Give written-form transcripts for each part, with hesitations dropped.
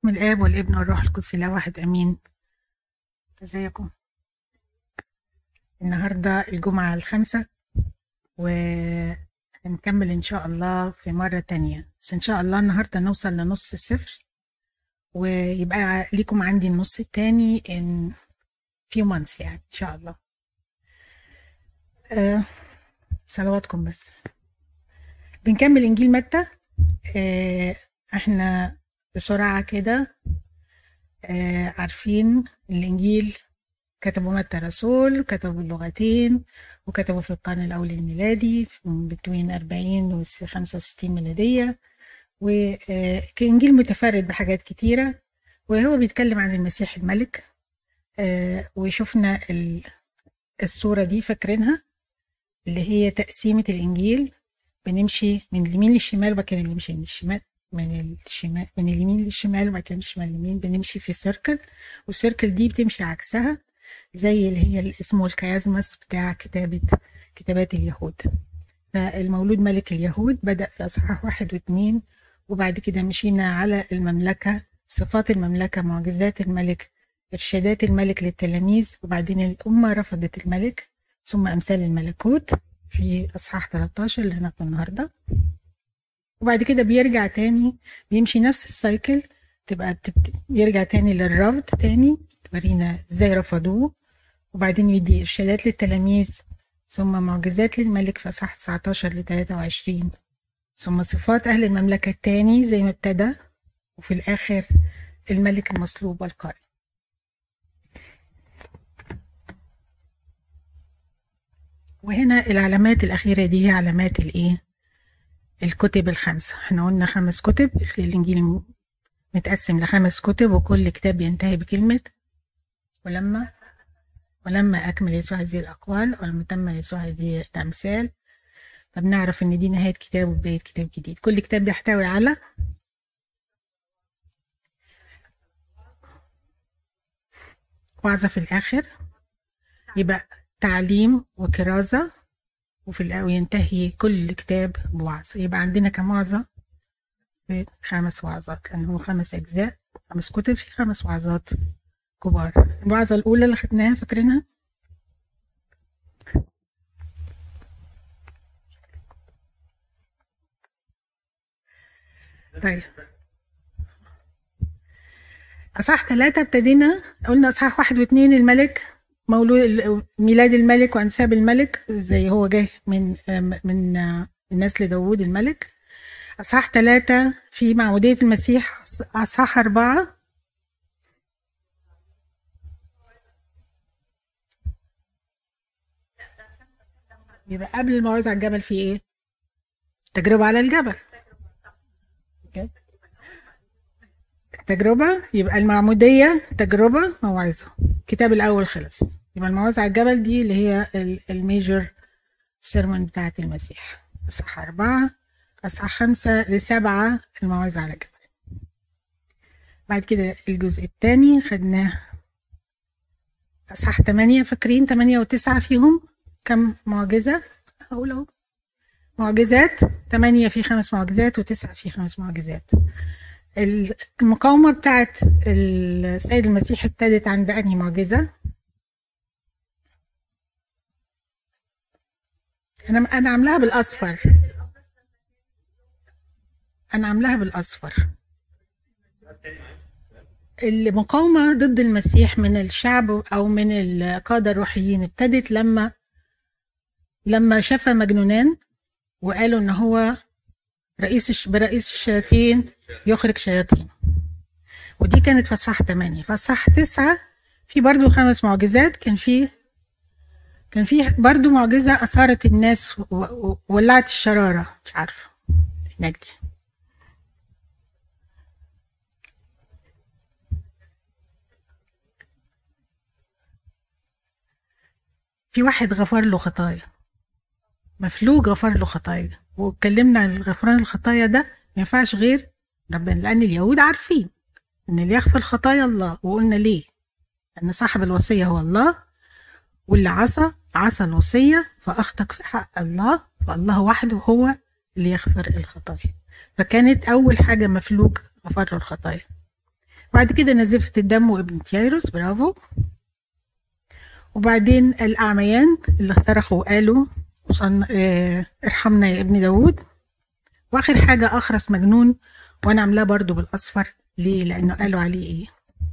من الآب والابن والروح القدس لا واحد أمين. ازيكم؟ النهاردة الجمعة الخامسة وهنكمل إن شاء الله في مرة تانية، بس إن شاء الله النهاردة نوصل لنص الصفر ويبقى ليكم عندي النص التاني in few months يعني إن شاء الله. صلواتكم بس. بنكمل إنجيل متى. احنا بسرعة كده عارفين الإنجيل كتبوا متى رسول، كتبوا باللغتين، وكتبوا في القرن الأول الميلادي بين 40 و 65 ميلادية، وكإنجيل متفرد بحاجات كتيرة، وهو بيتكلم عن المسيح الملك. وشفنا الصورة دي فاكرينها، اللي هي تقسيمة الإنجيل، بنمشي من اليمين للشمال وبعد كده بنمشي من الشمال من اليمين للشمال وبعد كده من الشمال لليمين، بنمشي في سيركل، والسيركل دي بتمشي عكسها زي اللي هي اسمه الكيازمس بتاع كتابات اليهود. فالمولود ملك اليهود بدأ في أصحاح 1 و2، وبعد كده مشينا على المملكة، صفات المملكة، معجزات الملك، إرشادات الملك للتلاميذ، وبعدين الأمة رفضت الملك، ثم أمثال الملكوت في أصحاح 13 اللي هناخده النهارده. وبعد كده بيرجع تاني، بيمشي نفس السايكل، يرجع تاني للرفض تاني، ورينا ازاي رفضوه، وبعدين يدي إرشادات للتلاميذ، ثم معجزات للملك في أصحاح 19 ل 23، ثم صفات أهل المملكة التاني زي ما ابتدى، وفي الآخر الملك المصلوب والقائم. وهنا العلامات الأخيرة دي هي علامات الإيه؟ الكتب الخمسة. احنا قلنا 5 كتب، الإنجيل متقسم ل5 كتب، وكل كتاب ينتهي بكلمة ولما أكمل يسوع هذه الأقوال ولما تم يسوع هذه الأمثال. فبنعرف إن دي نهاية كتاب وبداية كتاب جديد. كل كتاب بيحتوي على وعظة في الآخر، يبقى تعليم وكرازة، وفي الأول ينتهي كل كتاب بوعظة. يبقى عندنا كم وعظة؟ في 5 وعظات، لأنه 5 أجزاء، 5 كتب في 5 وعظات كبار. الوعظة الأولى اللي خدناها فاكرينها؟ طيب أصحاح 3 ابتدينا، قلنا أصحاح 1 و2 الملك، مولود ميلاد الملك وأنساب الملك، زي هو جاي من نسل داوود الملك. أصحاح 3 في معمودية المسيح. أصحاح 4 يبقى قبل الموعظة على الجبل في إيه؟ تجربة على الجبل. تجربة، يبقى المعمودية تجربة موعظة. الكتاب الأول خلص، يبقى الموعظة على الجبل دي اللي هي الميجر سيرمون بتاعة المسيح. أصحاح 4، أصحاح 5 ل 7 الموعظة على الجبل. بعد كده الجزء الثاني خدناه أصحاح 8. فاكرين 8 و9 فيهم كم معجزة؟ أقول أهو معجزات، 8 في 5 معجزات و9 في 5 معجزات. المقاومة بتاعت السيد المسيح ابتدت عند أنهي معجزة؟ أنا عاملاها بالأصفر، أنا عاملاها بالأصفر. المقاومة ضد المسيح من الشعب أو من القادة الروحيين ابتدت لما شاف مجنونان وقالوا إن هو برئيس الشياطين يخرج شياطين، ودي كانت في أصحاح 8. في أصحاح 9 في برضو 5 معجزات. كان في برضو معجزة أثارت الناس وولعت الشرارة، مش عارفة هناك دي. في واحد غفر له خطايا، مفلوج غفر له خطايا، واتكلمنا عن غفران الخطايا ده ما ينفعش غير ربنا، لأن اليهود عارفين إن اللي يغفر خطايا الله. وقلنا ليه؟ أن صاحب الوصية هو الله، واللي عصى الوصية فأخطأ في حق الله، فالله وحده هو اللي يغفر الخطايا. فكانت أول حاجة مفلوج غفر له الخطايا. بعد كده نزفة الدم وابن تييروس، برافو. وبعدين الأعميان اللي صرخوا وقالوا ارحمنا يا ابن داود. واخر حاجة اخرس مجنون، وانا عاملاه برضو بالاصفر. ليه؟ لانه قالوا عليه ايه؟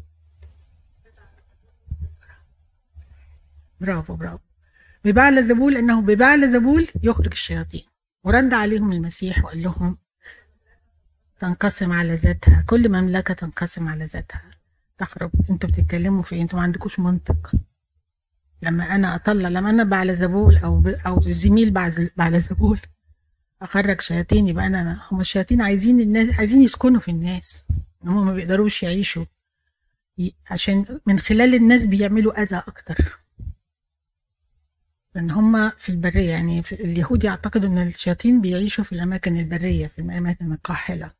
برافو برافو. ببعل زبول، انه ببعل زبول يخرج الشياطين. ورد عليهم المسيح وقال لهم تنقسم على ذاتها، كل مملكة تنقسم على ذاتها تخرب. انتوا بتتكلموا في انتوا ما عندكوش منطق. لما انا بعل زبول او زميل بعل زبول اخرج شياطين، يبقى هم الشياطين عايزين الناس، عايزين يسكنوا في الناس، هم ما بيقدروش يعيشوا، عشان من خلال الناس بيعملوا اذى اكتر. لان هم في البريه، يعني في اليهود يعتقدوا ان الشياطين بيعيشوا في الاماكن البريه، في الاماكن القاحله.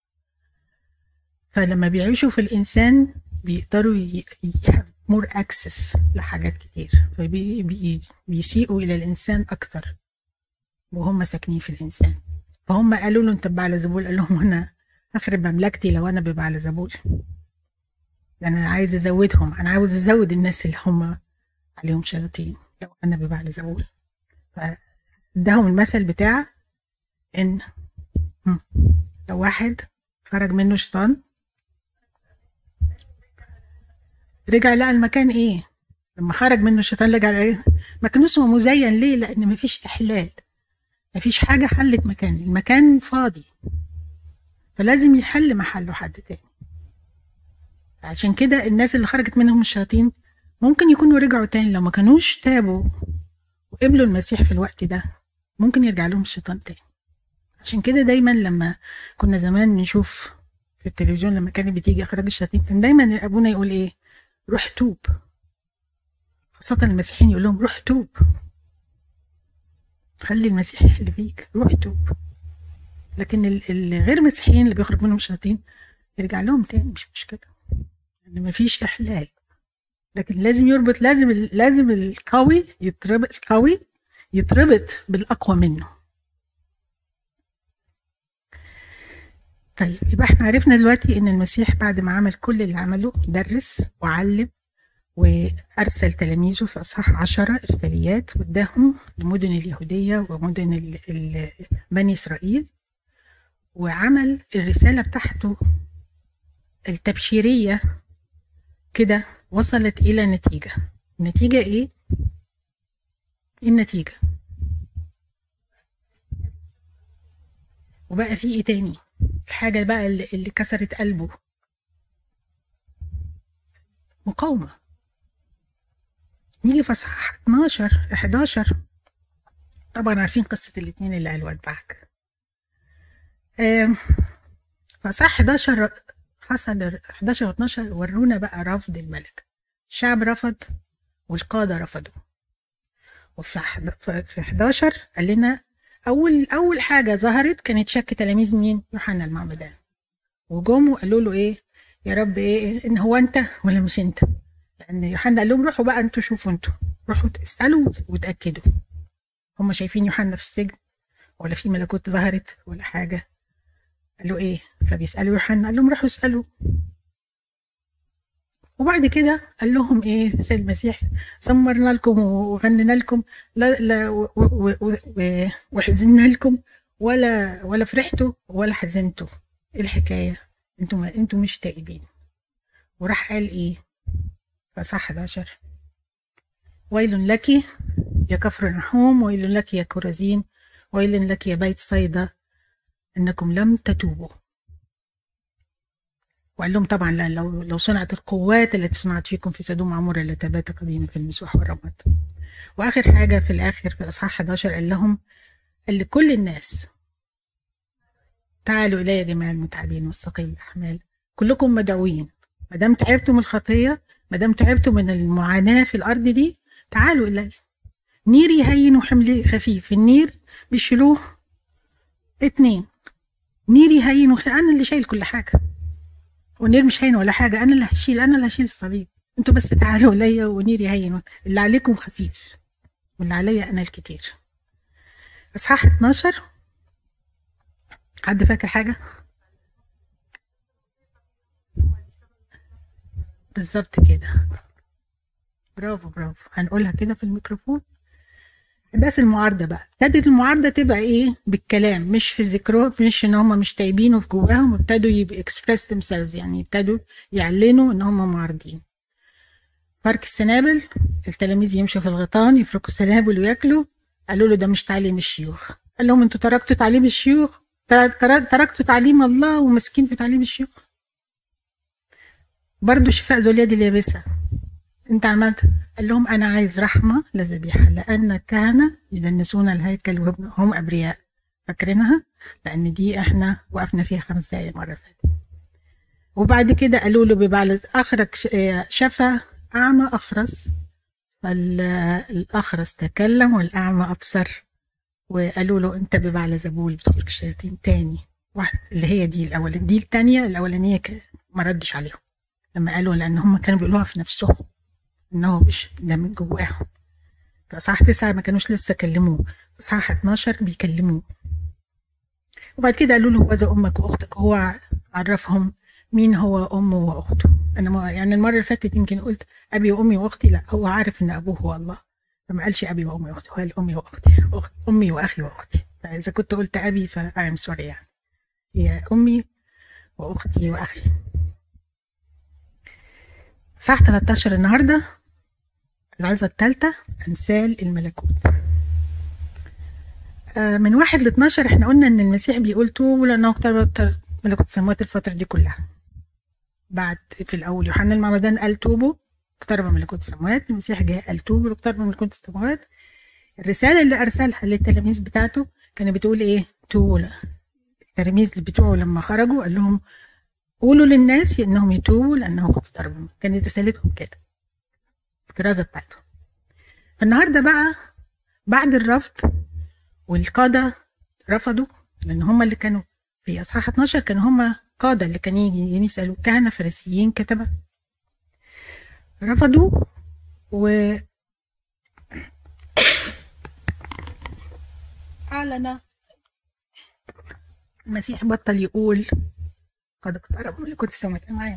فلما بيعيشوا في الانسان بيقدروا مور اكسس لحاجات كتير، فبيسيئوا الى الانسان اكتر وهم ساكنين في الانسان. فهم قالوا له انت ببعل زبول، قال لهم انا اخرب مملكتي لو انا ببعل زبول. انا عايز ازودهم، انا عاوز ازود الناس اللي هم عليهم شياطين لو انا ببعل زبول. فاداهم المثل بتاع ان لو واحد خرج منه شيطان رجع لقى المكان ايه؟ لما خرج منه الشيطان رجع ايه؟ مكان اسمه مزين. ليه؟ لان مفيش احلال، مفيش حاجه حلت مكان، المكان فاضي، فلازم يحل محله حد تاني. عشان كده الناس اللي خرجت منهم الشياطين ممكن يكونوا رجعوا تاني لو ما كانوش تابوا وقبلوا المسيح في الوقت ده، ممكن يرجع لهم الشيطان تاني. عشان كده دايما لما كنا زمان نشوف في التلفزيون لما كانت بتيجي اخراج الشياطين، كان دايما ابونا يقول ايه؟ روح توب. خاصة المسيحيين يقول لهم روح توب، خلي المسيح يحل فيك، روح توب. لكن الغير مسيحيين اللي بيخرج منهم الشياطين يرجع لهم تاني، مش مشكلة، يعني مفيش احلال. لكن لازم يربط، لازم القوي يتربط بالاقوى منه. طيب يبقى احنا عرفنا دلوقتي ان المسيح بعد ما عمل كل اللي عمله، درس وعلم وارسل تلاميذه في اصحاح 10 ارساليات، واداهم المدن اليهوديه ومدن بني اسرائيل، وعمل الرساله بتاعته التبشيريه كده، وصلت الى نتيجه. النتيجه ايه؟ النتيجه وبقى في ايه تاني؟ الحاجه بقى اللي كسرت قلبه، مقاومه. نيجي في اصحاح 11 طبعا عارفين قصه الاثنين اللي قالوا اتبعك. في اصحاح 11 حصل 11 و12 ورونا بقى رفض الملك. الشعب رفض والقاده رفضوا. وفي 11 قال لنا اول حاجه ظهرت كانت شك تلاميذ مين؟ يوحنا المعمدان. وجم وقالوا له ايه؟ يا رب ايه ان هو انت ولا مش انت؟ لان يوحنا قال لهم روحوا بقى انتوا شوفوا، انتوا روحوا اسالوا وتاكدوا. هم شايفين يوحنا في السجن ولا في ملكوت ظهرت ولا حاجه. قالوا ايه؟ فبيسالوا يوحنا، قال لهم روحوا اسالوا. وبعد كده قال لهم ايه سيد المسيح؟ سمرنا لكم وغنينا لكم لا وحزننا لكم ولا فرحتوا ولا حزنتوا. ايه الحكايه؟ انتوا مش تائبين. وراح قال ايه؟ فصح 11 ويل لك يا كفر نحوم، ويل لك يا كرزين، ويل لك يا بيت صيدا انكم لم تتوبوا. وقال لهم طبعا لا، لو صنعت القوات التي صنعت فيكم في سدوم وعمورة لتبات قديمة في المسوح والرماد. واخر حاجه في الاخر في اصحاح 11 قال لهم، قال لكل الناس تعالوا الي جميع المتعبين والثقيل الاحمال كلكم مدعوين. ما دام تعبتوا من الخطيه، ما دام تعبتوا من المعاناه في الارض دي، تعالوا الي. نيري هين وحملي خفيف. النير بيشيلوه 2، نيري هين انا اللي شايل كل حاجه، والنير مش هين ولا حاجه، انا اللي هشيل الصليب. انتوا بس تعالوا الي ونيري هين، اللي عليكم خفيف واللي عليا انا الكتير. اصحاح 12 حد فاكر حاجه؟ بالظبط كده، برافو برافو، هنقولها كده في الميكروفون. احداث المعارضه بقى، ابتدت المعارضه تبقى ايه؟ بالكلام، مش في ذكرهم، مش ان هم مش تايبين وفي جواهم، ابتدوا يبقى اكسبريس ذيم سيلفز، يعني ابتدوا يعلنوا ان هم معارضين. فرك السنابل، التلاميذ يمشوا في الغيطان يفركوا السنابل وياكلوا. قالوا له ده مش تعليم الشيوخ. قال لهم انتوا تركتوا تعليم الشيوخ، تركتوا تعليم الله ومسكين في تعليم الشيوخ. برضو شفاء ذو اليد اليابسه، انت عملت. قال لهم انا عايز رحمه لا ذبيحه، لان الكهنه يدنسون الهيكل وهم ابرياء. فاكرينها؟ لان دي احنا وقفنا فيها 5 دقايق المره اللي فاتت. وبعد كده قالوا له ببعل اخرج شفى اعمى اخرس، فالاخرس تكلم والاعمى ابصر. وقالوا له انت ببعل زبول بتخرج الشياطين تاني. واحد اللي هي دي الاولانيه، دي الثانيه. الاولانيه ما ردش عليهم لما قالوا، لان هم كانوا بيقولوها في نفسهم انه مش ده من جواهم. فاصحاح 9 ما كانوش لسه كلموه، اصحاح 12 بيكلموه. وبعد كده قالوا له وذا امك واختك. هو عرفهم مين هو امه واخته. انا يعني المره اللي فاتت يمكن قلت ابي وامي واختي، لا، هو عارف ان ابوه هو الله، فما قالش ابي وامي واختي، هو قال امي واختي، امي واخي واختي. فاذا كنت قلت ابي فايم سوري، يعني هي امي واختي واخي. صح 13 النهارده العظة الثالثة، أمثال الملكوت. من 1 ل 12 احنا قلنا ان المسيح بيقول توبوا لانه اقترب ملكوت السماوات الفترة دي كلها. بعد في الاول يوحنا المعمدان قال توبوا اقترب ملكوت السماوات، المسيح جاء قال توبوا اقترب ملكوت السماوات. الرسالة اللي ارسلها للتلاميذ بتاعته كانت بتقول ايه؟ توبوا. التلاميذ اللي بتوعه لما خرجوا قال لهم قولوا للناس انهم يتوبوا لانه قد اقترب. كانت رسالتهم كده، الكرازة بتاعتهم. فالنهارده بقى بعد الرفض، والقادة رفضوا، لأن هم اللي كانوا في أصحاح 12 كانوا هم قادة اللي كانوا يجي يسألوا كهنة فريسيين كتبة. رفضوا أعلن المسيح، بطل يقول قد اقترب ملكوت السماوات. معايا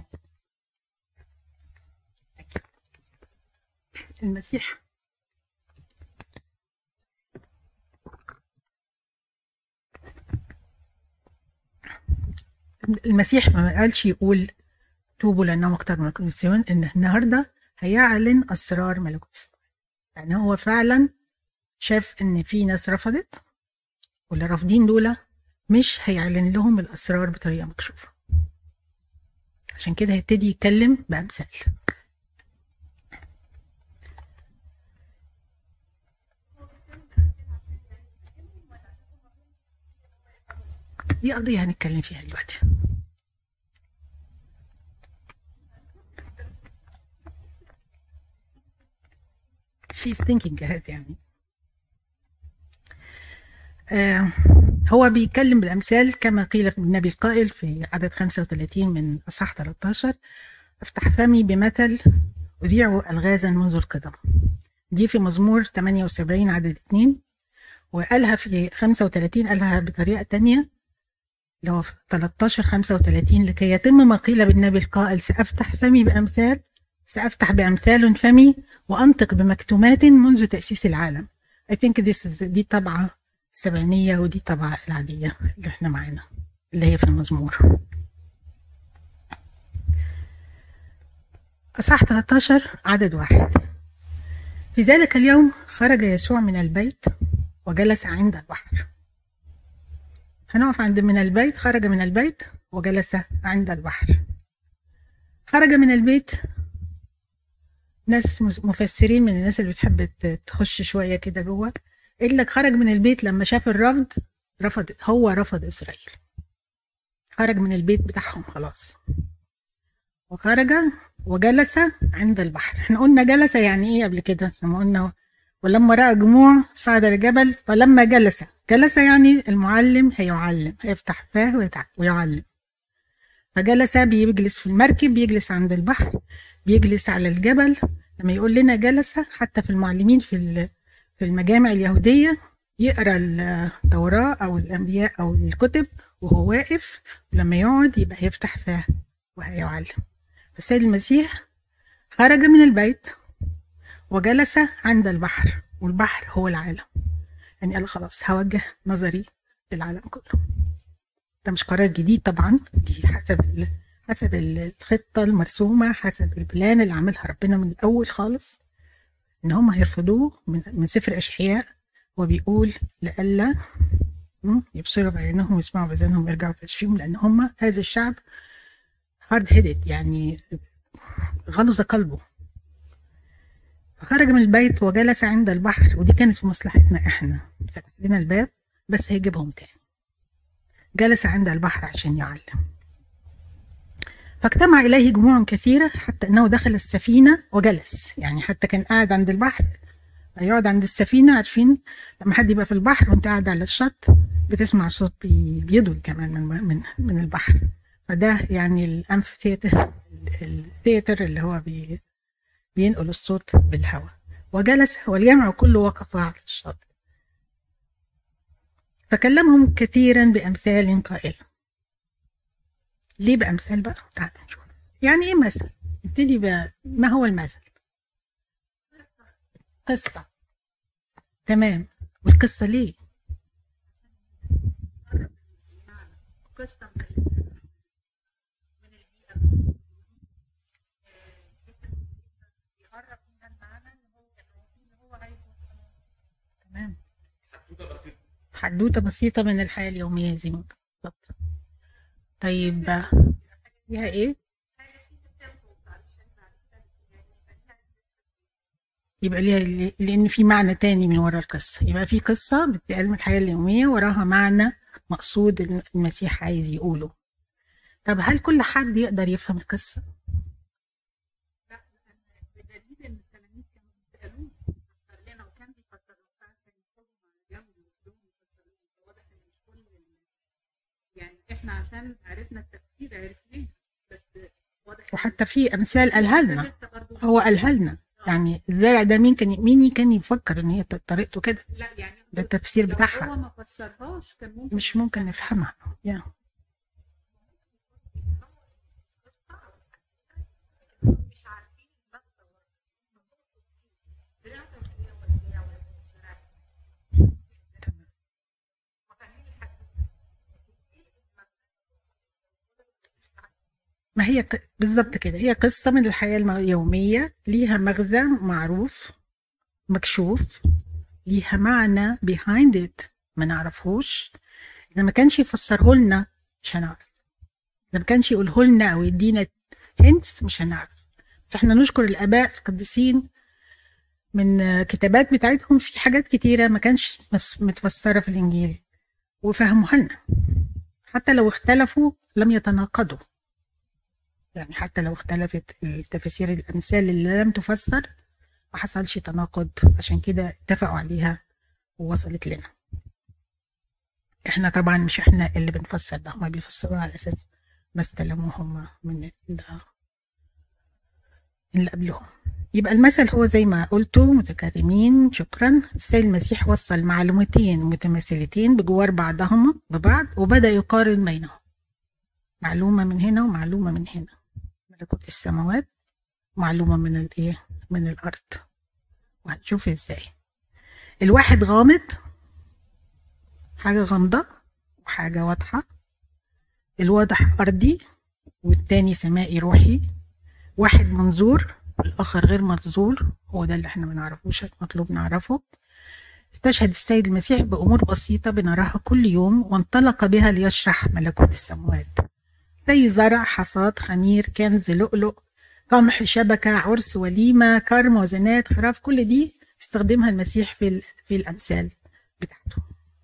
المسيح ما قالش يقول توبوا لأنهم اقتربوا ملكوت السماوات، إن النهارده هيعلن أسرار ملكوت السماوات. يعني هو فعلا شاف إن في ناس رفضت، واللي رافضين دول مش هيعلن لهم الأسرار بطريقة مكشوفة. عشان كده هيبتدي يتكلم بأمثال. دي قضية هنتكلم فيها دلوقتي. she's thinking ahead يعني. هو بيتكلم بالأمثال كما قيل في النبي القائل في عدد 35 من أصحاح 13: افتح فمي بمثل أذيع ألغازا منذ القدم. دي في مزمور 78 عدد 2، وقالها في 35 قالها بطريقة تانية، لو في 13 35: لكي يتم ما قيل بالنبي القائل سأفتح فمي بأمثال، سأفتح بأمثال فمي وأنطق بمكتومات منذ تأسيس العالم. I think دي طبعة السبعينية، ودي طبعة العادية اللي احنا معانا اللي هي في المزمور. أصحاح 13 عدد 1: في ذلك اليوم خرج يسوع من البيت وجلس عند البحر. هنقف عند من البيت، خرج من البيت وجلس عند البحر. خرج من البيت، ناس مفسرين من الناس اللي بتحب تخش شوية كده جوه، قال لك خرج من البيت لما شاف الرفض، رفض إسرائيل، خرج من البيت بتاعهم خلاص، وخرج وجلس عند البحر. احنا قلنا جلس يعني ايه قبل كده لما قلنا ولما رأى جموع صعد الجبل فلما جلس يعني المعلم هيعلم، هيفتح فاه ويعلم. فجلس بيجلس في المركب، بيجلس عند البحر، بيجلس على الجبل. لما يقول لنا جلس، حتى في المعلمين في المجامع اليهودية يقرأ التوراة أو الأنبياء أو الكتب وهو واقف، ولما يقعد يبقى يفتح فاه وهيعلم. فالسيد المسيح خرج من البيت وجلس عند البحر، والبحر هو العالم. يعني قال خلاص هوجه نظري للعالم كله. ده مش قرار جديد طبعا، دي حسب الخطة المرسومة، حسب البلان اللي عملها ربنا من الأول خالص، إن هم هيرفضوه من سفر أشعياء، وبيقول لألا يبصروا بعينهم ويسمعوا بأذانهم ويرجعوا بأشفيهم، لأن هم هذا الشعب هارد هيدد، يعني غلظ قلبه. فخرج من البيت وجلس عند البحر، ودي كانت في مصلحتنا احنا، فتح لنا الباب بس هيجيبهم تاني. جلس عند البحر عشان يعلم. فاجتمع إليه جموع كثيرة حتى أنه دخل السفينة وجلس. يعني حتى كان قاعد عند البحر، يقعد عند السفينة. عارفين لما حد يبقى في البحر وانت قاعد على الشط بتسمع صوت بيدوي كمان من البحر. فده يعني الأنف الثياتر اللي هو بينقل الصوت بالهواء. وجلس والجمع كله وقف على الشاطئ، فكلمهم كثيرا بأمثال قائلا. ليه بأمثال بقى؟ تعالوا نشوف. يعني ايه مثل؟ نبتدي ما هو المثل؟ قصة. تمام. والقصة ليه؟ قصة من البيئة، يقرب من المعنى اللي هو عايز يوصله. تمام. حدوتة بسيطة من الحياة اليومية زي ما بالظبط. طيب فيها ايه؟ يبقى ليها، لان في معنى تاني من وراء القصة. يبقى في قصة بتتقال من الحياة اليومية وراها معنى مقصود المسيح عايز يقوله. طب هل كل حد يقدر يفهم القصة؟ لا، بدليل ان التلاميذ كانوا بيسألوه فسر لنا، وكان بيفسر لهم واضح ان مش كل، يعني احنا عشان عرفنا التفسير عرفناه، بس واضح. وحتى في امثال قالها لنا، هو قالها لنا. يعني الزارع ده مين كان يفكر ان هي طريقته كده؟ لا يعني ده التفسير بتاعها، هو ما فسرهاش كان مش ممكن نفهمها. يعني مش عارفين ما هي بالظبط كده، هي قصة من الحياة اليومية، ليها مغزى معروف مكشوف، ليها معنى behind it ما نعرفهوش. إذا ما كانش يفسره لنا مش هنعرف، إذا ما كانش يقوله لنا أو يدينا hints مش هنعرف. بس احنا نشكر الآباء القديسين من كتابات بتاعتهم في حاجات كتيرة ما كانش متفسرة في الإنجيل وفهموها لنا، حتى لو اختلفوا لم يتناقضوا. يعني حتى لو اختلفت التفاسير الأمثال اللي لم تفسر ما حصلش تناقض، عشان كده اتفقوا عليها ووصلت لنا. احنا طبعا مش احنا اللي بنفسر ده، هما بيفسروا على أساس ما استلموه هما من اللي قبلهم. يبقى المثل هو زي ما قلتوا متكرمين. شكرا. السيد المسيح وصل معلومتين متماثلتين بجوار بعضهما ببعض، وبدأ يقارن بينهم، معلومة من هنا ومعلومة من هنا، ملكوت السماوات، معلومة من الايه، من الأرض. وهنشوف ازاي الواحد غامض، حاجة غامضة وحاجة واضحة. الواضح أرضي والتاني سمائي روحي، واحد منظور والآخر غير منظور، هو ده اللي احنا ما نعرفوش، مطلوب نعرفه. استشهد السيد المسيح بأمور بسيطة بنراها كل يوم، وانطلق بها ليشرح ملكوت السماوات، زي زرع، حصاد، خمير، كنز، لؤلؤ، قمح، شبكة، عرس، وليمة، كرم، وزنات، خراف. كل دي استخدمها المسيح في الأمثال بتاعته.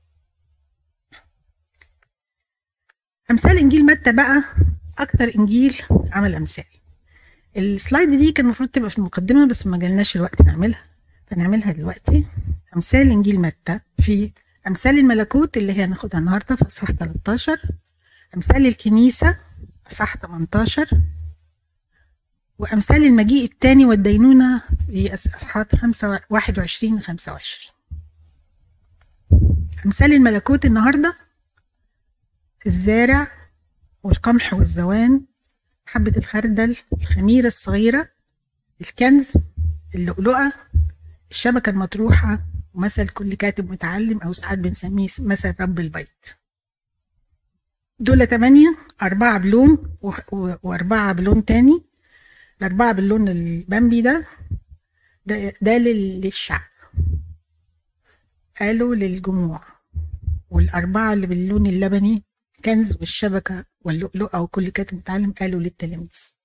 أمثال إنجيل متى بقى أكتر إنجيل عمل أمثال. السلايد دي كان المفروض تبقى في المقدمة بس ما جالناش الوقت نعملها، فنعملها دلوقتي. أمثال إنجيل متى في أمثال الملكوت اللي هي هناخدها النهاردة في أصحاح 13، أمثال الكنيسة أصحاح 18، وأمثال المجيء الثاني والدينونة في أصحاحات 21 25. أمثال الملكوت النهاردة الزارع والقمح والزوان، حبة الخردل، الخميرة الصغيرة، الكنز، اللؤلؤة، الشبكة المطروحة، ومثل كل كاتب متعلم، أو ساعات بنسميه مثل رب البيت. دول 8، 4 بلون و4 بلون تاني. ال4 باللون البامبي ده للشعب، قالوا للجموع. وال4 اللي باللون اللبني، كنز والشبكة واللؤلؤة وكل كاتب متعلم، قالوا للتلاميذ.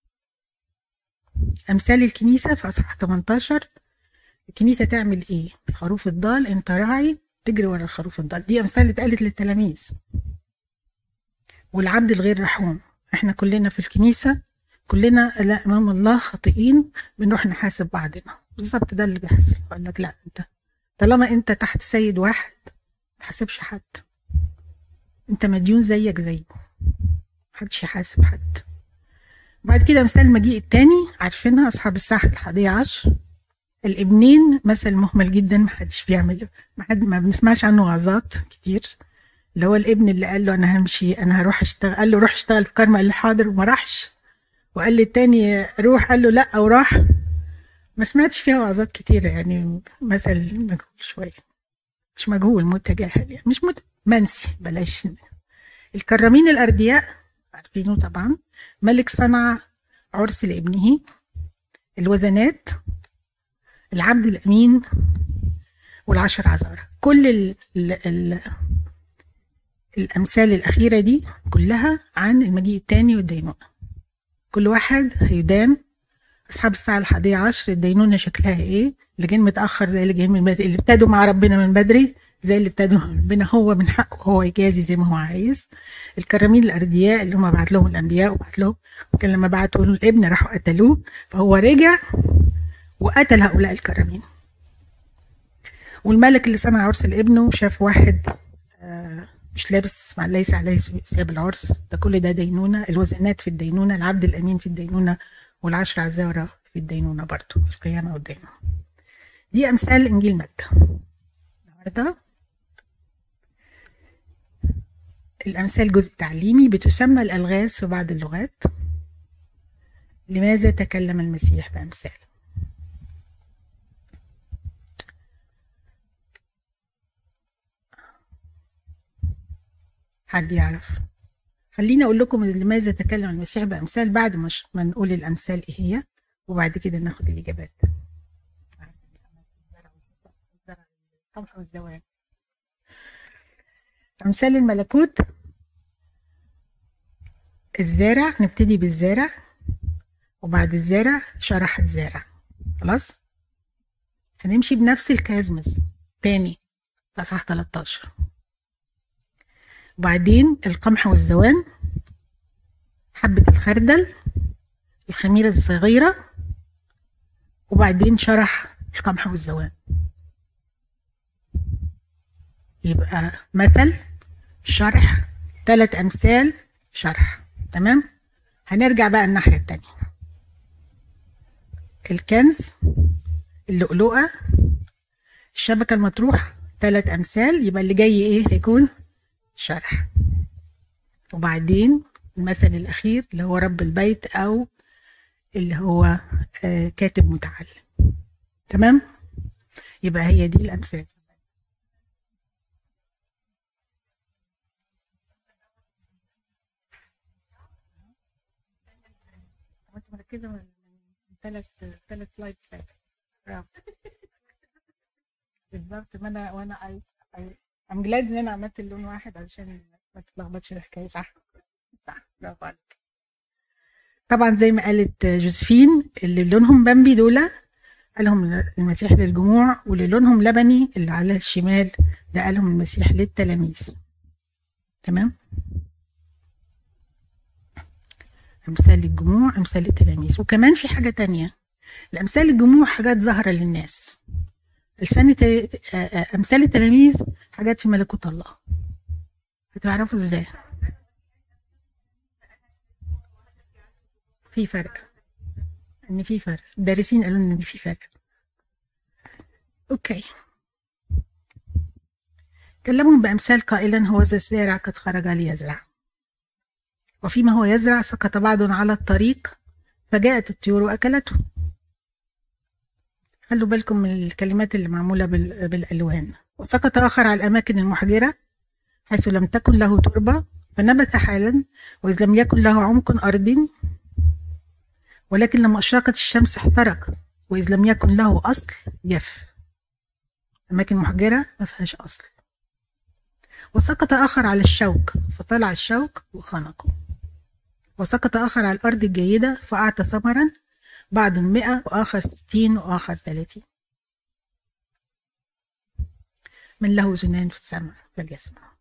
أمثال الكنيسة في أصحاح 18. الكنيسة تعمل إيه؟ خروف الضال، أنت راعي تجري ورا الخروف الضال. دي أمثال اتقالت للتلاميذ. والعبد الغير رحوم، احنا كلنا في الكنيسة كلنا لا أمام الله خاطئين، بنروح نحاسب بعضنا. بالظبط ده اللي بيحصل. يقول لك لا، انت طالما انت تحت سيد واحد ما تحاسبش حد، انت مديون زيك زيه، محدش يحاسب حد. بعد كده مثال المجيء التاني، عارفينها أصحاب الساعة 11. الابنين مثل مهمل جدا، محدش بيعمله، ما بنسمعش عنه وعظات كتير. اللي هو الابن اللي قال له انا همشي، انا هروح اشتغل، قال له روح اشتغل في كرمة، قال له حاضر وما راحش. وقال لي التاني روح، قال له لا وراح. ما سمعتش فيها وعظات كتير، يعني مثل مجهول شوية، مش مجهول، متجاهل يعني، مش منسي، بلاش. الكرامين الأردياء عارفينه طبعا. ملك صنع عرس لابنه. الوزنات، العبد الأمين، والعشر عذارى. كل الأمثال الأخيرة دي كلها عن المجيء التاني والدينونة. كل واحد هيدان. أصحاب الساعة 11 الدينونة شكلها إيه؟ اللي جايين متأخر زي اللي جايين من بدري، اللي ابتدوا مع ربنا من بدري زي اللي ابتدوا مع ربنا، هو من حقه هو يجازي زي ما هو عايز. الكرامين الأردياء اللي هم بعت لهم الأنبياء، وبعت لهم، كان لما بعتوا له الابن راحوا قتلوه، فهو رجع وقتل هؤلاء الكرامين. والملك اللي صنع عرس لابنه وشاف واحد مش لابس مع ليس عليه ثياب العرس، ده كل ده دينونة. الوزنات في الدينونة، العبد الأمين في الدينونة، والعشر عذارى في الدينونة برضه، في القيامة والدينونة. دي أمثال إنجيل متى. النهارده الأمثال جزء تعليمي، بتسمى الألغاز في بعض اللغات. لماذا تكلم المسيح بأمثال؟ حد يعرف؟ خليني أقول لكم لماذا تكلم المسيح بأمثال بعد ما نقول الأمثال إيه هي، وبعد كده ناخد الإجابات. القمح والزوال. أمثال الملكوت. الزارع، نبتدي بالزارع، وبعد الزارع شرح الزارع. خلاص، هنمشي بنفس الكازمز تاني في أصحاح 13. وبعدين القمح والزوان، حبة الخردل، الخميرة الصغيرة، وبعدين شرح القمح والزوان. يبقى مثل، شرح، 3 أمثال، شرح. تمام. هنرجع بقى الناحية التانية. الكنز، اللؤلؤة، الشبكة المطروحة، 3 أمثال. يبقى اللي جاي إيه؟ هيكون شرح. وبعدين المثل الأخير اللي هو رب البيت، أو اللي هو كاتب متعلم. تمام. يبقى هي دي الأمثال. كنت مركزة من 3 سلايدز فاتوا. برافو. بالظبط. ما أنا وأنا I'm glad إن أنا عملت اللون واحد علشان ما تتلخبطش الحكاية. صح صح، برافو عليك. طبعا زي ما قالت جوزفين، اللي لونهم بامبي دول قالهم المسيح للجموع، واللي لونهم لبني اللي على الشمال ده قالهم المسيح للتلاميذ. تمام. أمثال الجموع، أمثال التلاميذ. وكمان في حاجة تانية، الأمثال الجموع حاجات ظاهرة للناس، أمثال التلاميذ حاجات في ملكوت الله. هتعرفوا ازاي؟ في فرق، ان في فرق، الدارسين قالوا ان في فرق. اوكي. كلمهم بأمثال قائلا هو ذا الزارع قد خرج ليزرع، وفيما هو يزرع سقط بعض على الطريق فجاءت الطيور وأكلته. خلوا بالكم من الكلمات اللي معمولة بالألوان. وسقط آخر على الأماكن المحجرة حيث لم تكن له تربة فنبت حالا، وإذ لم يكن له عمق أرض، ولكن لما أشرقت الشمس احترق، وإذ لم يكن له أصل جف. أماكن محجرة ما فيهاش أصل. وسقط آخر على الشوك فطلع الشوك وخنقه. وسقط آخر على الأرض الجيدة فأعطى ثمرا، بعض 100 وآخر 60 وآخر 30. من له أذنان في السمع فليسمع.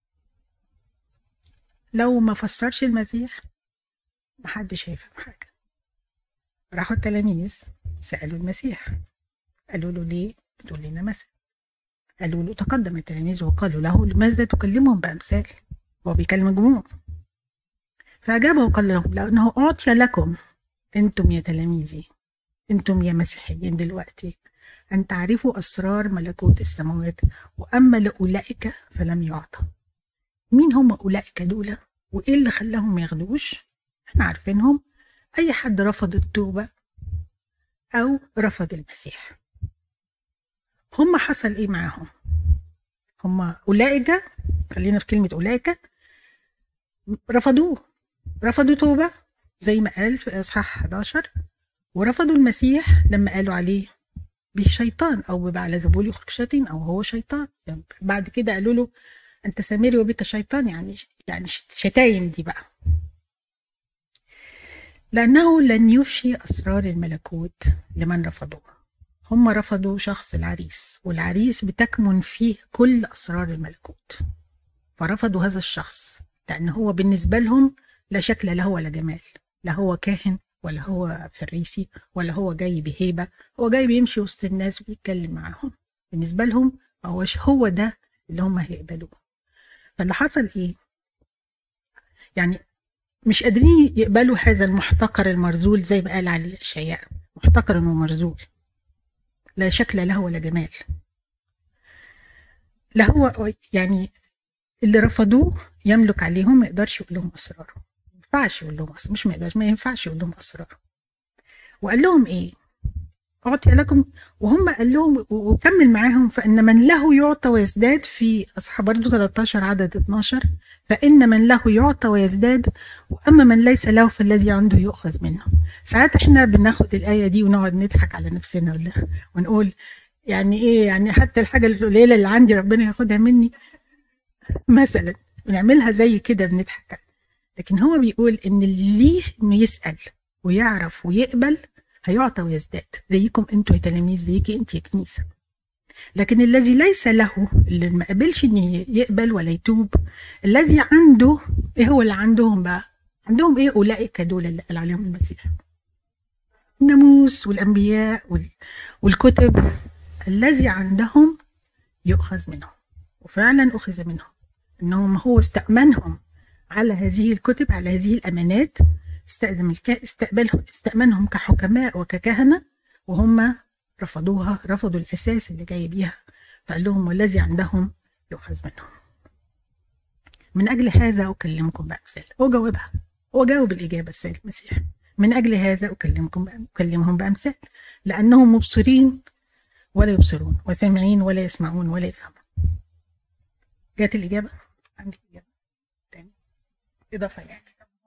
لو ما فسرش المسيح محدش هيفهم حاجة. راحوا التلاميذ سألوا المسيح، قالوا له ليه بتقول لنا مثل؟ قالوا له، تقدم التلاميذ وقالوا له لماذا تكلمهم بأمثال؟ هو بيكلم مجموع. فأجابه وقال لهم لأنه أعطي لكم أنتم يا تلاميذي، أنتم يا مسيحيين دلوقتي، أن تعرفوا أسرار ملكوت السماوات، وأما لأولئك فلم يعطى. مين هم أولئك دول؟ وإيه اللي خلاهم ما ياخدوش؟ احنا عارفينهم. أي حد رفض التوبة أو رفض المسيح. هم حصل إيه معاهم؟ هم أولئك، خلينا في كلمة أولئك، رفضوا توبة زي ما قال في إصحاح 11، ورفضوا المسيح لما قالوا عليه بالشيطان أو ببعلزبول يخرج شياطين أو هو شيطان. بعد كده قالوا له أنت سامري وبك شيطان، يعني شتايم دي بقى. لأنه لن يفشي أسرار الملكوت لمن رفضوها. هم رفضوا شخص العريس، والعريس بتكمن فيه كل أسرار الملكوت، فرفضوا هذا الشخص لأن هو بالنسبة لهم لا شكل له ولا جمال، لا هو كاهن ولا هو فريسي ولا هو جاي بهيبة، هو جاي بيمشي وسط الناس ويتكلم معاهم. بالنسبة لهم هو ده اللي هم هيقبلوه. فاللي حصل إيه؟ يعني مش قادرين يقبلوا هذا المحتقر المرذول زي ما قال عليه إشعياء، محتقر ومرذول، لا شكل له ولا جمال. لا هو يعني اللي رفضوه يملك عليهم، ما يقدرش يقول لهم أسراره. ما ينفعش يقول لهم أسرار، مش ما يقدرش، ما ينفعش يقول لهم أسراره. وقال لهم إيه؟ أعطي لكم، وهم قال لهم وكمل معاهم، فإن من له يعطى ويزداد، في أصحاب برضه 13 عدد 12، فإن من له يعطى ويزداد، وأما من ليس له فالذي عنده يؤخذ منه. ساعات إحنا بناخد الآية دي ونقعد نضحك على نفسنا ونقول يعني إيه، يعني حتى الحاجة القليلة اللي عندي ربنا ياخدها مني مثلا، بنعملها زي كده بنضحك. لكن هو بيقول إن اللي ليه إنه يسأل ويعرف ويقبل هيعطى ويزداد، زيكم انتوا يا تلاميذ، زيكي انت يا كنيسه. لكن الذي ليس له، اللي ما قبلش ان يقبل ولا يتوب، الذي عنده ايه؟ هو اللي عندهم بقى، عندهم ايه؟ اولئك دول اللي قال عليهم المسيح، الناموس والانبياء والكتب، الذي عندهم يؤخذ منهم. وفعلا اخذ منهم، انهم هو استأمنهم على هذه الكتب، على هذه الامانات، استأمنهم كحكماء وككهنة، وهم رفضوها، رفضوا الأساس اللي جاي بيها. فقال لهم والذي عندهم يؤخذ منهم. من أجل هذا أكلمكم بأمثال. هو جاوبها، هو جاوب الإجابة السيد المسيح. من أجل هذا أكلمهم بأمثال، لأنهم مبصرين ولا يبصرون، وسامعين ولا يسمعون ولا يفهمون. جات الإجابة؟ عندي إجابة تاني إضافة يعني،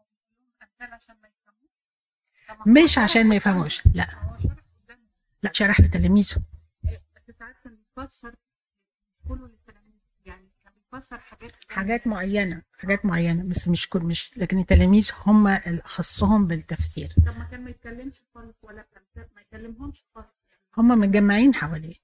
مش عشان ما يفهموش، لا شرح لتلاميذه. بس ساعات كان بيفسر كله للتلاميذ، يعني كان بيفسر حاجات معينه بس مش كل، مش لكن التلاميذ هم الاخصهم بالتفسير. طب ما كان ما يتكلمش خالص ولا ما يكلمهمش خالص، هم متجمعين حواليه،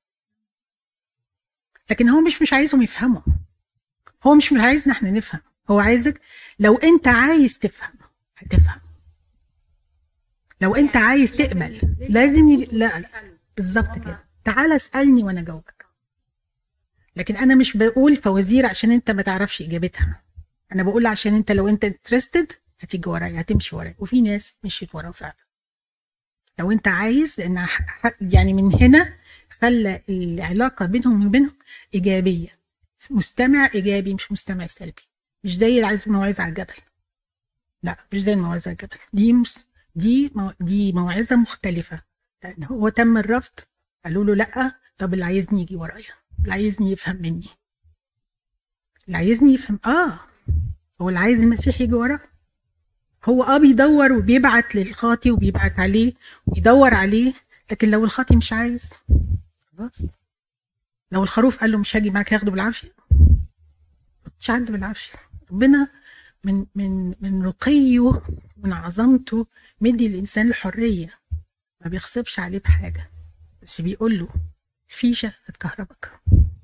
لكن هو مش عايزهم يفهموا، هو مش عايزنا احنا نفهم، هو عايزك لو انت عايز تفهم هتفهم، لو انت عايز تقبل لازم لا بالظبط كده، تعال اسألني وانا جاوبك. لكن انا مش بقول فوازير عشان انت ما تعرفش اجابتها، انا بقول عشان انت لو انت انترستد هتيجي ورايا، هتمشي ورايا، وفي ناس مشيت ورايا فعلا. لو انت عايز، لان يعني من هنا خلى العلاقه بينهم وبينهم ايجابيه، مستمع ايجابي مش مستمع سلبي، مش زي الموعظه على الجبل. لا مش زي الموعظه على الجبل، دي موعظه مختلفه، لان هو تم الرفض قالوا له لأ. طب اللي عايزني يجي ورايا، اللي عايزني يفهم مني، اللي عايزني يفهم. هو اللي عايز المسيح يجي وراه. هو بيدور وبيبعت للخاطي وبيبعت عليه ويدور عليه، لكن لو الخاطي مش عايز خلاص. لو الخروف قال له مش هاجي معاك هياخده بالعافيه، مش عنده بالعافيه. ربنا من رقيه ومن عظمته مدي الانسان الحريه، ما بيغصبش عليه بحاجه، بس بيقول له الفيشه هتكهربك،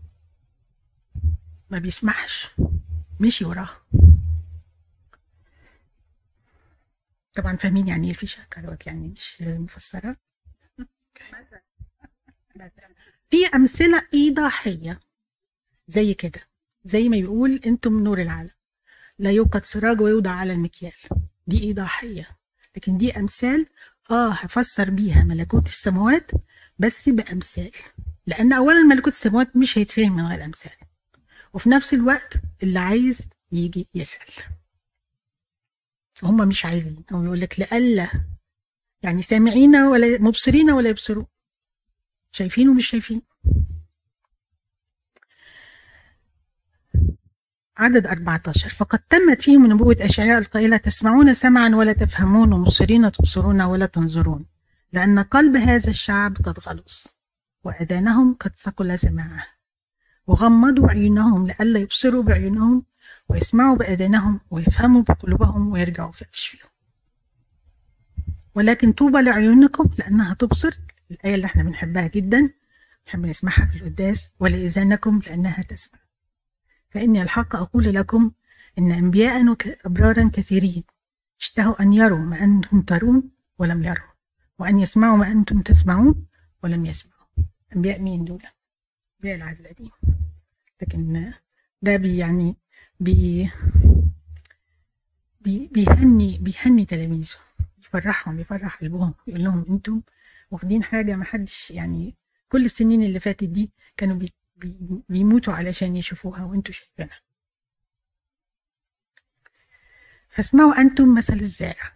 ما بيسمحش، مشي وراها. طبعا فاهمين يعني ايه الفيشه هتكهربك، يعني مش لازم نفسرها. في امثله ايضاحيه زي كده، زي ما يقول انتم نور العالم، لا يوقد سراج ويوضع على المكيال. دي ايضاحيه، لكن دي امثال هفسر بيها ملكوت السماوات، بس بامثال، لان اولا ملكوت السماوات مش هيتفهم من غير امثال، وفي نفس الوقت اللي عايز يجي يسال. هم مش عايزين، هو يقول لك لألا يعني سامعين ولا مبصرين ولا يبصرون، شايفين ومش شايفين. عدد 14 فقد تمت فيهم نبوة أشعياء القائلة تسمعون سمعا ولا تفهمون، ومبصرين تبصرون ولا تنظرون، لأن قلب هذا الشعب قد غلظ وأذانهم قد ثقل سماعه، وغمضوا عيونهم لئلا يبصروا بعيونهم ويسمعوا بأذانهم ويفهموا بقلوبهم ويرجعوا فيهم. ولكن طوبى لعيونكم لأنها تبصر، الآية اللي احنا بنحبها جدا، بنحب نسمعها في القداس، ولإذانكم لأنها تسمع. فإني الحق أقول لكم إن أنبياء وأبرارا كثيرين اشتهوا أن يروا ما أنتم ترون ولم يروا، وأن يسمعوا ما أنتم تسمعون ولم يسمعوا. أنبياء مين دول؟ أنبياء العهد القديم. لكن ده يعني بيهني تلاميذه، يفرحهم، يفرح قلبهم، يقول لهم انتم واخدين حاجه ما حدش، يعني كل السنين اللي فاتت دي كانوا بيموتوا علشان يشوفوها وانتم شايفينها. فاسمعوا انتم مثل الزارع.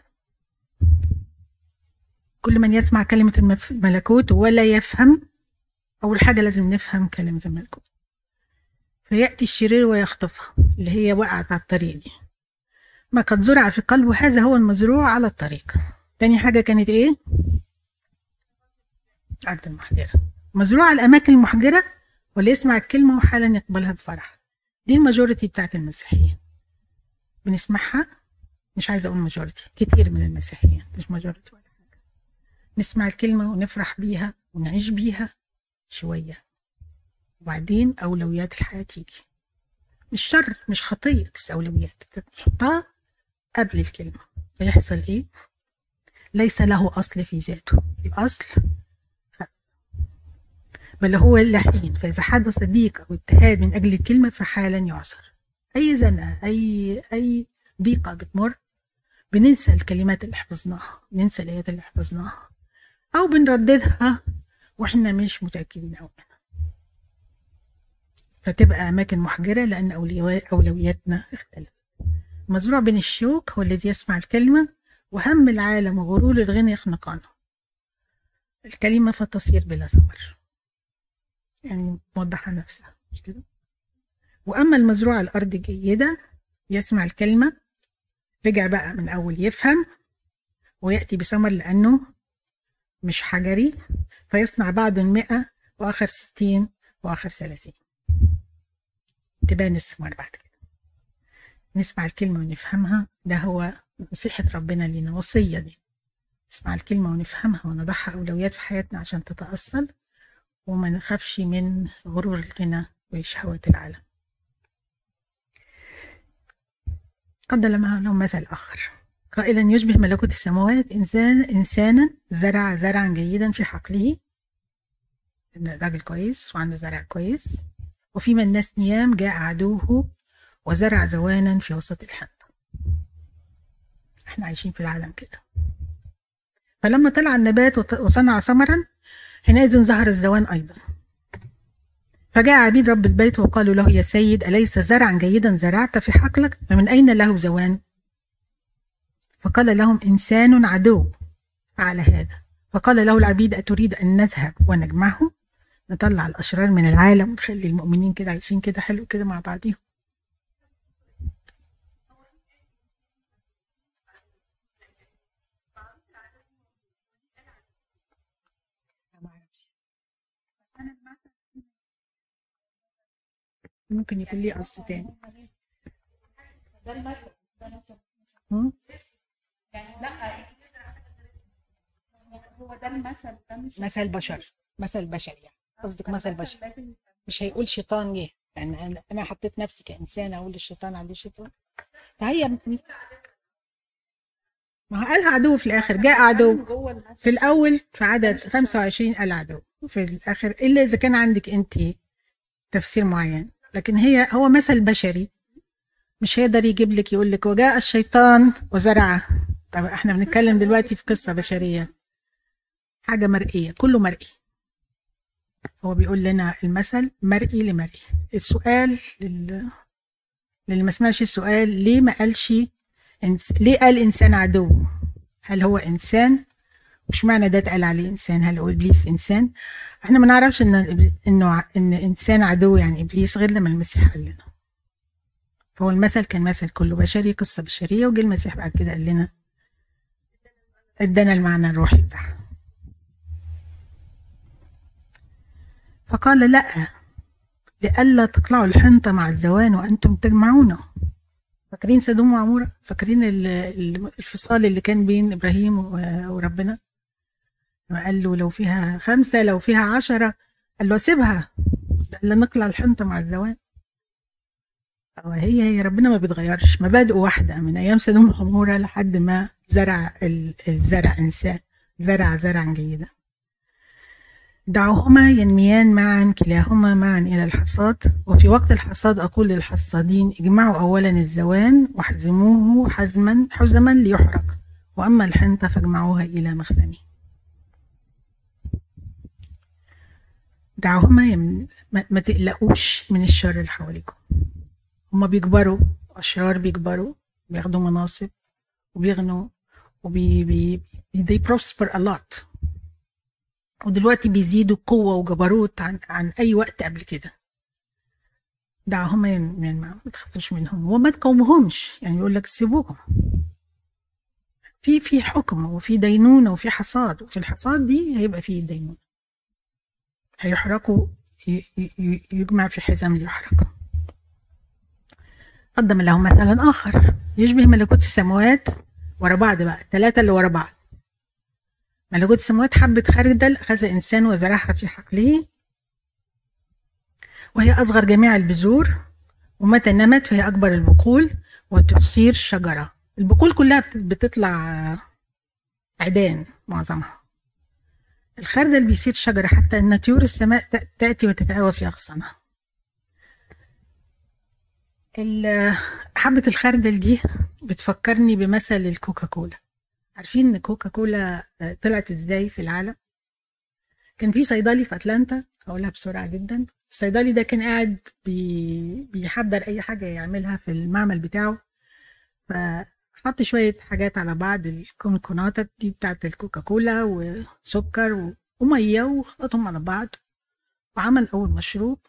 كل من يسمع كلمه الملكوت ولا يفهم، اول حاجه لازم نفهم كلمه الملكوت، فياتي الشرير ويخطفها، اللي هي وقعت على الطريق دي. ما قد زرع في قلبه هذا هو المزروع على الطريق. تاني حاجة كانت ايه؟ أرض المحجرة، مزروع على الأماكن المحجرة، واللي يسمع الكلمة وحالا يقبلها بفرح. دي الماجوريتي بتاعت المسيحيين، بنسمعها. مش عايزة أقول ماجوريتي، كتير من المسيحيين، مش ماجوريتي ولا حاجة. نسمع الكلمة ونفرح بيها ونعيش بيها شوية، وبعدين أولويات الحياة تيجي. مش شر، مش خطية، بس أولويات تحطها قبل الكلمة. فيحصل ايه؟ ليس له أصل في ذاته، الأصل بل هو اللحين. فإذا حدث ضيق أو اجتهاد من أجل الكلمة فحالا يعصر. أي زنقة، أي ضيقة بتمر، بننسى الكلمات اللي حفظناها، بننسى الآيات اللي حفظناها، أو بنرددها وإحنا مش متأكدين أوي، فتبقى أماكن محجرة لأن أولوياتنا اختلفت. مزروع بين الشوك هو الذي يسمع الكلمة، وهم العالم وغرور الغنى يخنقانه الكلمة فتصير بلا ثمر. يعني موضحة نفسها مش كده؟ وأما المزروع على الأرض جيدة، يسمع الكلمة، رجع بقى من أول يفهم ويأتي بثمر، لأنه مش حجري، فيصنع بعض 100 وآخر 60 وآخر 30. تبان الثمار بعد كده. نسمع الكلمة ونفهمها، ده هو نصيحة ربنا لنا، وصية دي. نسمع الكلمة ونفهمها ونضعها أولويات في حياتنا عشان تتأصل، وما نخافش من غرور الغنى وشهوة العالم. قد لهم مثل آخر قائلا يشبه ملكوت السماوات إنسانا زرع زرعا جيدا في حقله، إن الراجل كويس وعنده زرع كويس، وفيما الناس نيام جاء عدوه وزرع زوانا في وسط الحنطة. احنا عايشين في العالم كده. فلما طلع النبات وصنع ثمرا، حينئذ ظهر الزوان أيضا. فجاء عبيد رب البيت وقالوا له يا سيد أليس زرعا جيدا زرعت في حقلك، فمن أين له زوان؟ فقال لهم إنسان عدو فعل هذا، فقال له العبيد أتريد أن نذهب ونجمعه، نطلع الأشرار من العالم ونخلي المؤمنين كده عايشين كده حلو كده مع بعضهم. ممكن يكون ليه قصد تاني. يعني لا هو ده المثل، ده مش مثل بشر، مثل بشري يعني، قصدك مثل بشر. مش هيقول شيطان جه، يعني انا حطيت نفسي كانسان اقول الشيطان عليه شيطان، فهي ما هو قالها عدو في الاخر، جاء عدو في الاول في عدد 25 قال عدو في الاخر، الا اذا كان عندك انت تفسير معين، لكن هو مثل بشري مش هيقدر يجيب لك يقول لك وجاء الشيطان وزرعه. طب احنا بنتكلم دلوقتي في قصه بشريه، حاجه مرئيه، كله مرئي. هو بيقول لنا المثل مرئي لمرئي. السؤال للي ما سمعش السؤال، ليه ما قالش ليه قال انسان عدو؟ هل هو انسان؟ مش معنى ده اتقال عليه انسان، هل هو ابليس انسان؟ احنا ما نعرفش ان انسان عدو يعني ابليس غير لما المسيح قال لنا. فهو المثل كان مثل كله بشري، قصه بشريه، وجه المسيح بعد كده قال لنا، ادانا المعنى الروحي بتاعها. فقال لا، لئلا تقلعوا الحنطة مع الزوان وأنتم تجمعونه. فاكرين سدوم وعمورة؟ فاكرين الفصال اللي كان بين إبراهيم وربنا؟ قال له لو فيها 5 لو فيها 10، قال له سيبها، لئلا نقلع الحنطة مع الزوان. هي ربنا ما بيتغيرش، مبادئه واحدة من أيام سدوم وعمورة لحد ما زرع الزرع إنسان، زرع زرعا جيدا. دعوهما ينميان معا، كلاهما معا إلى الحصاد، وفي وقت الحصاد أقول للحصادين اجمعوا أولا الزوان واحزموه حزما ليحرق، وأما الحنطة فاجمعوها إلى مخزنه. دعوهما ما تقلقوش من الشر اللي حواليكم. هما بيكبروا، أشرار بيكبروا، بياخدوا مناصب وبيغنوا they prosper a lot، ودلوقتي بيزيدوا قوة وجبروت عن أي وقت قبل كده. دعهما ما تخافوش منهم وما تقاومهمش، يعني يقول لك سيبوهم. في حكم وفي دينونة وفي حصاد، وفي الحصاد دي هيبقى فيه دينونة، هيحرقوا، يجمع في حزام ليحرق. قدم لهم مثلا آخر يشبه ملكوت السماوات، ورا بعض بقى 3 اللي ورا بعض. ملكوت السماوات حبة خردل أخذ إنسان وزرعها في حقله، وهي أصغر جميع البذور، ومتى نمت فهي أكبر البقول وتصير شجرة. البقول كلها بتطلع عيدان معظمها. الخردل بيصير شجرة حتى أن طيور السماء تأتي وتتعوى في أغصانها. حبة الخردل دي بتفكرني بمثل الكوكاكولا. عارفين ان كوكاكولا طلعت ازاي في العالم؟ كان في صيدلي في اتلانتا، هقولها بسرعه جدا. الصيدلي ده كان قاعد بيحضر اي حاجه يعملها في المعمل بتاعه، فحط شويه حاجات على بعض، الكونكوناتات دي بتاعت الكوكاكولا وسكر وميه، وخلطهم على بعض وعمل اول مشروب.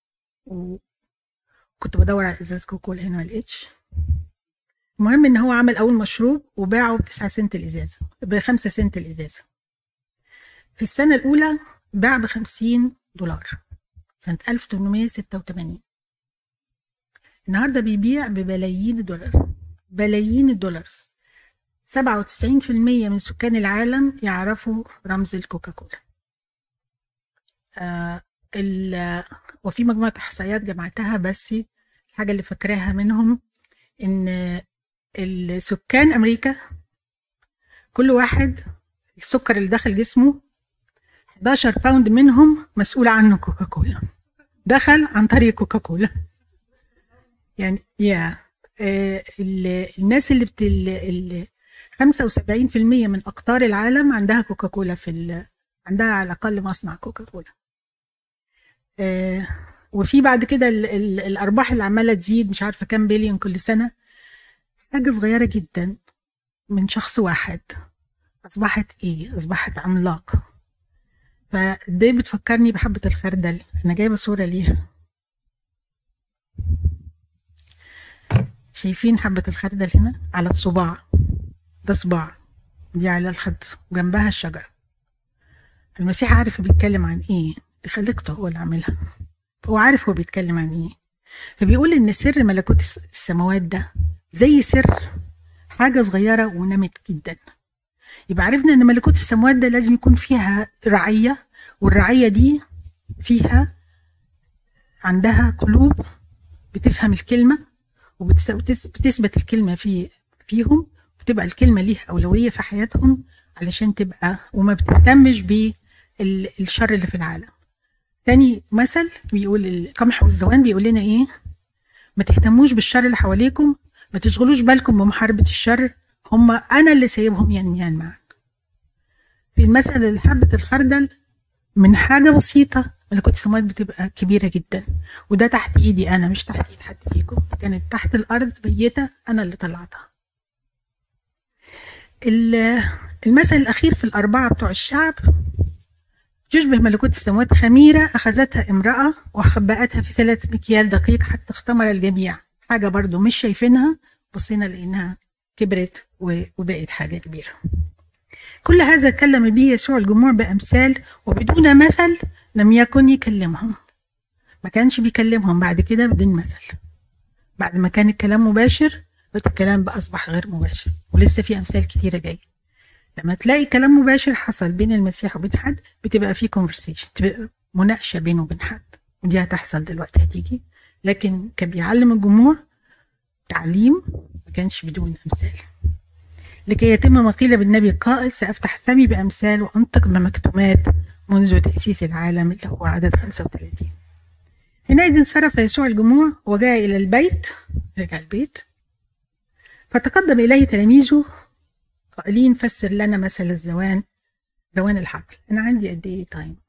وكنت بدور على ازاز كوكاكولا هنا ما لقيتش. المهم ان هو عمل اول مشروب وباعه ب9 سنت الازازه، ب5 سنت الازازه. في السنه الاولى باع ب$50 سنه 1886. النهارده بيبيع ببلايين الدولار، بلايين الدولار. 97% من سكان العالم يعرفوا رمز الكوكاكولا. وفي مجموعه احصائيات جمعتها، بس الحاجه اللي فاكراها منهم ان السكان امريكا كل واحد السكر اللي داخل جسمه 11 باوند منهم مسؤول عنه كوكاكولا، دخل عن طريق كوكاكولا. يعني الناس اللي 75% من اقطار العالم عندها كوكاكولا عندها على الاقل مصنع كوكاكولا. وفي بعد كده الارباح اللي عماله تزيد، مش عارفه كام بليون كل سنه. حاجة صغيرة جدا من شخص واحد أصبحت إيه؟ أصبحت عملاق. فدي بتفكرني بحبة الخردل. أنا جايبة صورة ليها. شايفين حبة الخردل هنا على الصباع؟ ده صباع، دي على الخد، وجنبها الشجرة. المسيح عارف بيتكلم عن إيه، دي خليقته هو اللي عاملها، هو عارف هو بيتكلم عن إيه. فبيقول إن سر ملكوت السماوات ده زي سر حاجة صغيرة ونمت جدا. يبقى عرفنا إن ملكوت السماوات ده لازم يكون فيها رعية، والرعية دي فيها عندها قلوب بتفهم الكلمة وبتثبت الكلمة فيهم، وتبقى الكلمة ليها أولوية في حياتهم علشان تبقى، وما بتهتمش بالشر اللي في العالم. تاني مثل بيقول القمح والزوان، بيقول لنا إيه؟ ما تهتموش بالشر اللي حواليكم، ما تشغلوش بالكم بمحاربة الشر، أنا اللي سايبهم ينميان معاك. في المثل اللي حبة الخردل، من حاجة بسيطة ملكوت السماوات بتبقى كبيرة جدا، وده تحت ايدي انا، مش تحت ايد حد فيكم. كانت تحت الارض ميتة، انا اللي طلعتها. المثل الاخير في الاربعة بتوع الشعب يشبه ملكوت السماوات خميرة اخذتها امرأة وخبأتها في 3 مكيال دقيق حتى اختمر الجميع. حاجة برضو مش شايفينها، بصينا لانها كبرت وبقت حاجة كبيرة. كل هذا كلم به يسوع الجموع بأمثال، وبدون مثل لم يكن يكلمهم. ما كانش بيكلمهم بعد كده بدون مثل. بعد ما كان الكلام مباشر، الكلام بقى أصبح غير مباشر، ولسه في أمثال كتيرة جاية. لما تلاقي كلام مباشر حصل بين المسيح وبين حد، بتبقى في conversation، تبقى مناقشة بينه وبين حد، ودي هتحصل دلوقتي هتيجي. لكن كان بيعلم الجموع تعليم ما كانش بدون أمثال، لكي يتم ما قيل بالنبي القائل: سأفتح فمي بأمثال وأنطق بمكتومات منذ تأسيس العالم، اللي هو عدد 35. حينئذ انصرف يسوع الجموع وجاء إلى البيت، رجع البيت، فتقدم إليه تلاميذه قائلين: فسر لنا مثل الزوان، زوان الحقل. أنا عندي قد إيه تايم؟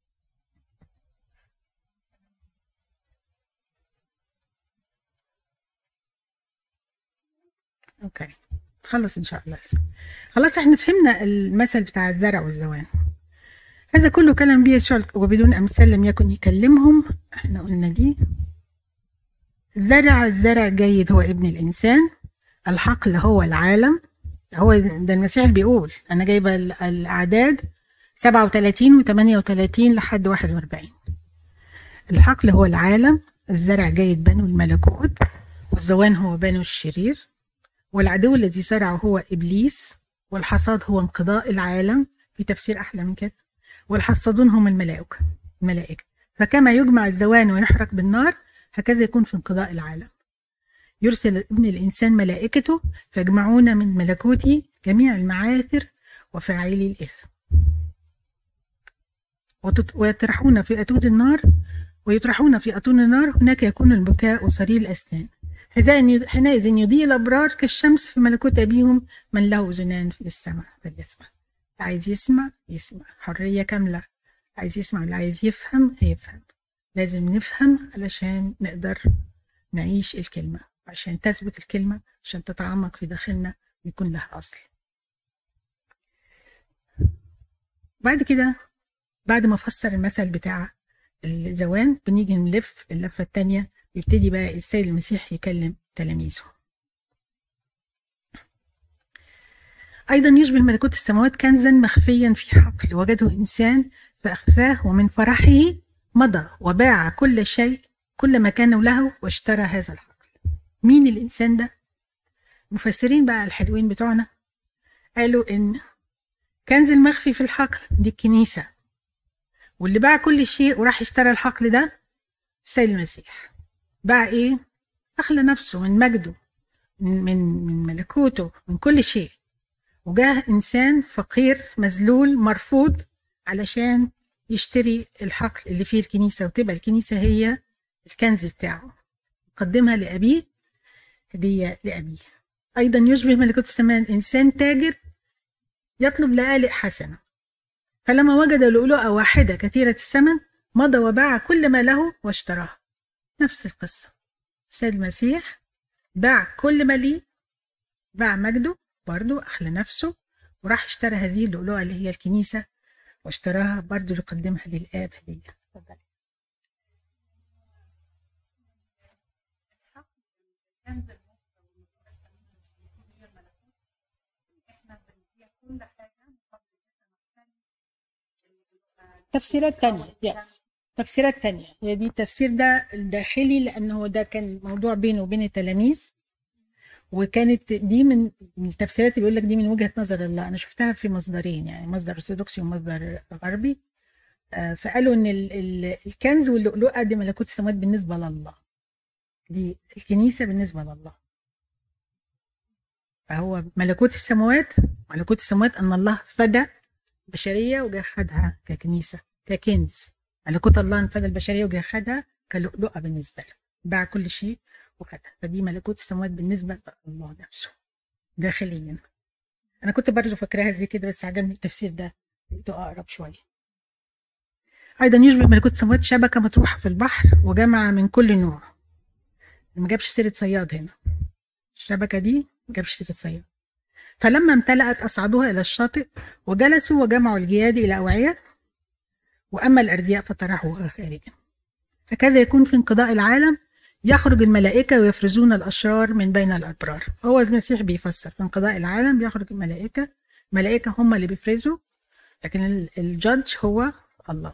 أوكي، خلص إن شاء الله. خلاص احنا فهمنا المثل بتاع الزرع والزوان. هذا كله كلام به يسوع وبدون أمثال لم يكن يكلمهم. احنا قلنا دي. الزرع جيد هو ابن الإنسان، الحقل هو العالم. هو ده المسيح اللي بيقول، أنا جايبة الأعداد 37 و38 لحد 41. الحقل هو العالم، الزرع جيد بنو الملكوت، والزوان هو بنو الشرير، والعدو الذي زرعه هو إبليس، والحصاد هو انقضاء العالم، في تفسير أحلى من كده، والحصادون هم الملائكة. فكما يجمع الزوان ويحرق بالنار، هكذا يكون في انقضاء العالم. يرسل ابن الإنسان ملائكته فيجمعون من ملكوته جميع المعاثر وفاعلي الإثم، ويطرحون في أتون النار، هناك يكون البكاء وصرير الأسنان. حينئذ يضيء الأبرار كالشمس في ملكوت أبيهم، من له أذنان في السماء فليسمع. عايز يسمع حرية كاملة، عايز يسمع، اللي عايز يفهم هيفهم. لازم نفهم علشان نقدر نعيش الكلمة، عشان تثبت الكلمة، عشان تتعمق في داخلنا ويكون لها أصل. بعد كده، بعد ما فسر المثل بتاع الزوان، بنيجي نلف اللفة التانية، يبتدي بقى السيد المسيح يكلم تلاميذه. أيضا يشبه ملكوت السماوات كنزا مخفيا في حقل وجده إنسان فأخفاه، ومن فرحه مضى وباع كل شيء، كل ما كان له، واشترى هذا الحقل. مين الإنسان ده؟ مفسرين بقى الحلوين بتوعنا قالوا إن كنز المخفي في الحقل دي الكنيسة، واللي باع كل شيء وراح اشترى الحقل ده السيد المسيح. باع إيه؟ أخلى نفسه من مجده، من ملكوته، من كل شيء، وجاه إنسان فقير مذلول مرفوض علشان يشتري الحقل اللي فيه الكنيسة، وتبقى الكنيسة هي الكنز بتاعه، قدمها لأبيه هدية لأبيه. أيضا يشبه ملكوت السماء إنسان تاجر يطلب لآلئ حسنة، فلما وجد لؤلؤة واحدة كثيرة الثمن مضى وباع كل ما له واشتراها. نفس القصة، السيد المسيح باع كل ما ليه، باع مجده برضو، أخلى نفسه وراح اشترى هذه اللؤلؤة اللي هي الكنيسة، واشتراها برضو ليقدمها للآب هدية. اتفضلي. تفسيرات تانية، يس، تفسيرات تانية. هي دي التفسير ده الداخلي، لأنه ده كان موضوع بينه وبين التلاميذ، وكانت دي من التفسيرات اللي بيقول لك دي من وجهة نظر الله. أنا شفتها في مصدرين، يعني مصدر أرثوذكسي ومصدر غربي. فقالوا إن الكنز واللؤلؤة دي ملكوت السماوات بالنسبة لله، دي الكنيسة بالنسبة لله. فهو ملكوت السماوات، ملكوت السماوات أن الله فدى البشرية وجا خدها ككنيسة ككنز. ملكوت الله ان فدى البشرية وجا خدها كلؤلؤة بالنسبة له، باع كل شيء وخدها. فدي ملكوت السماوات بالنسبة لله نفسه داخليا. أنا كنت برضه فاكراها زي كده، بس عجبني التفسير ده، لقيته أقرب شوية. أيضا يشبه ملكوت السماوات شبكة مطروحة في البحر وجمع من كل نوع. ما جابش سيرة صياد هنا، الشبكة دي ما جابش سيرة صياد. فلما امتلأت أصعدوها إلى الشاطئ وجلسوا وجمعوا الجياد إلى أوعية، وأما الأردياء فطرحوها خارجا. هكذا يكون في انقضاء العالم، يخرج الملائكة ويفرزون الأشرار من بين الأبرار. هو المسيح بيفسر في انقضاء العالم يخرج الملائكة، الملائكة هم اللي بيفرزوا، لكن الجادج هو الله.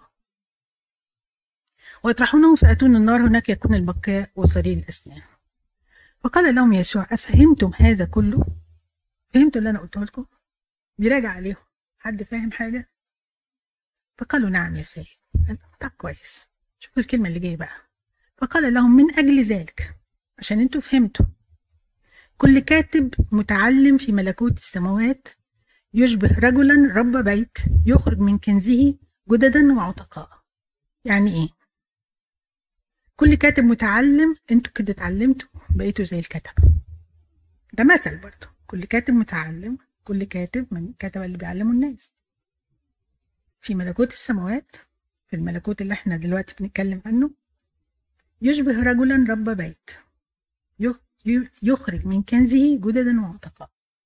ويطرحونهم فأتون النار، هناك يكون البكاء وصرير الأسنان. فقال لهم يسوع: أفهمتم هذا كله؟ فهمتوا اللي أنا قلته لكم؟ بيراجع عليهم، حد فاهم حاجة؟ فقالوا: نعم يا سيد. طب كويس، شوفوا الكلمة اللي جاية بقى. فقال لهم: من أجل ذلك، عشان انتوا فهمتوا، كل كاتب متعلم في ملكوت السماوات يشبه رجلا رب بيت يخرج من كنزه جددا وعتقاء. يعني ايه؟ كل كاتب متعلم، انتوا كده اتعلمتوا بقيتوا زي الكتب. ده مثل برضه، كل كاتب متعلم، كل كاتب من الكتبة اللي بيعلموا الناس في ملكوت السماوات، في الملكوت اللي احنا دلوقتي بنتكلم عنه، يشبه رجلا رب بيت يخرج من كنزه جددا وعتقاء.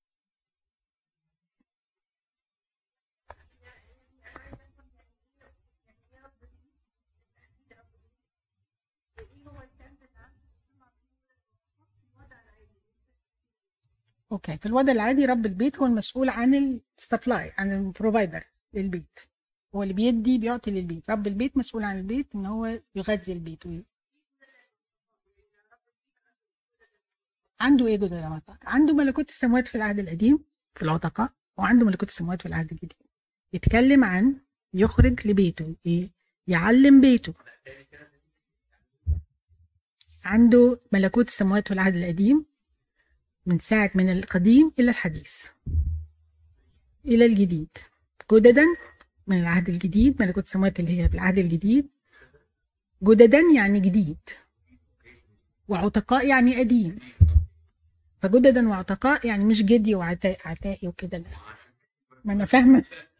اوكي، في الوضع العادي رب البيت هو المسؤول عن السبلاي، عن البروفايدر للبيت، هو اللي بيعطي للبيت. رب البيت مسؤول عن البيت، ان هو يغذي البيت عنده ايه؟ جدد العتقاء. عنده ملكوت السماوات في العهد القديم في العتقاء، وعنده ملكوت السماوات في العهد الجديد. يتكلم عن يخرج لبيته، يعلم بيته. عنده ملكوت السماوات في العهد القديم من ساعة من القديم إلى الحديث إلى الجديد. جددا من العهد الجديد، ملكوت السماوات اللي هي في العهد الجديد. جددا يعني جديد، وعتقاء يعني قديم. فجددا وعتقاء يعني مش جدي وعتائي وكده، لا. ما أنا فاهمة.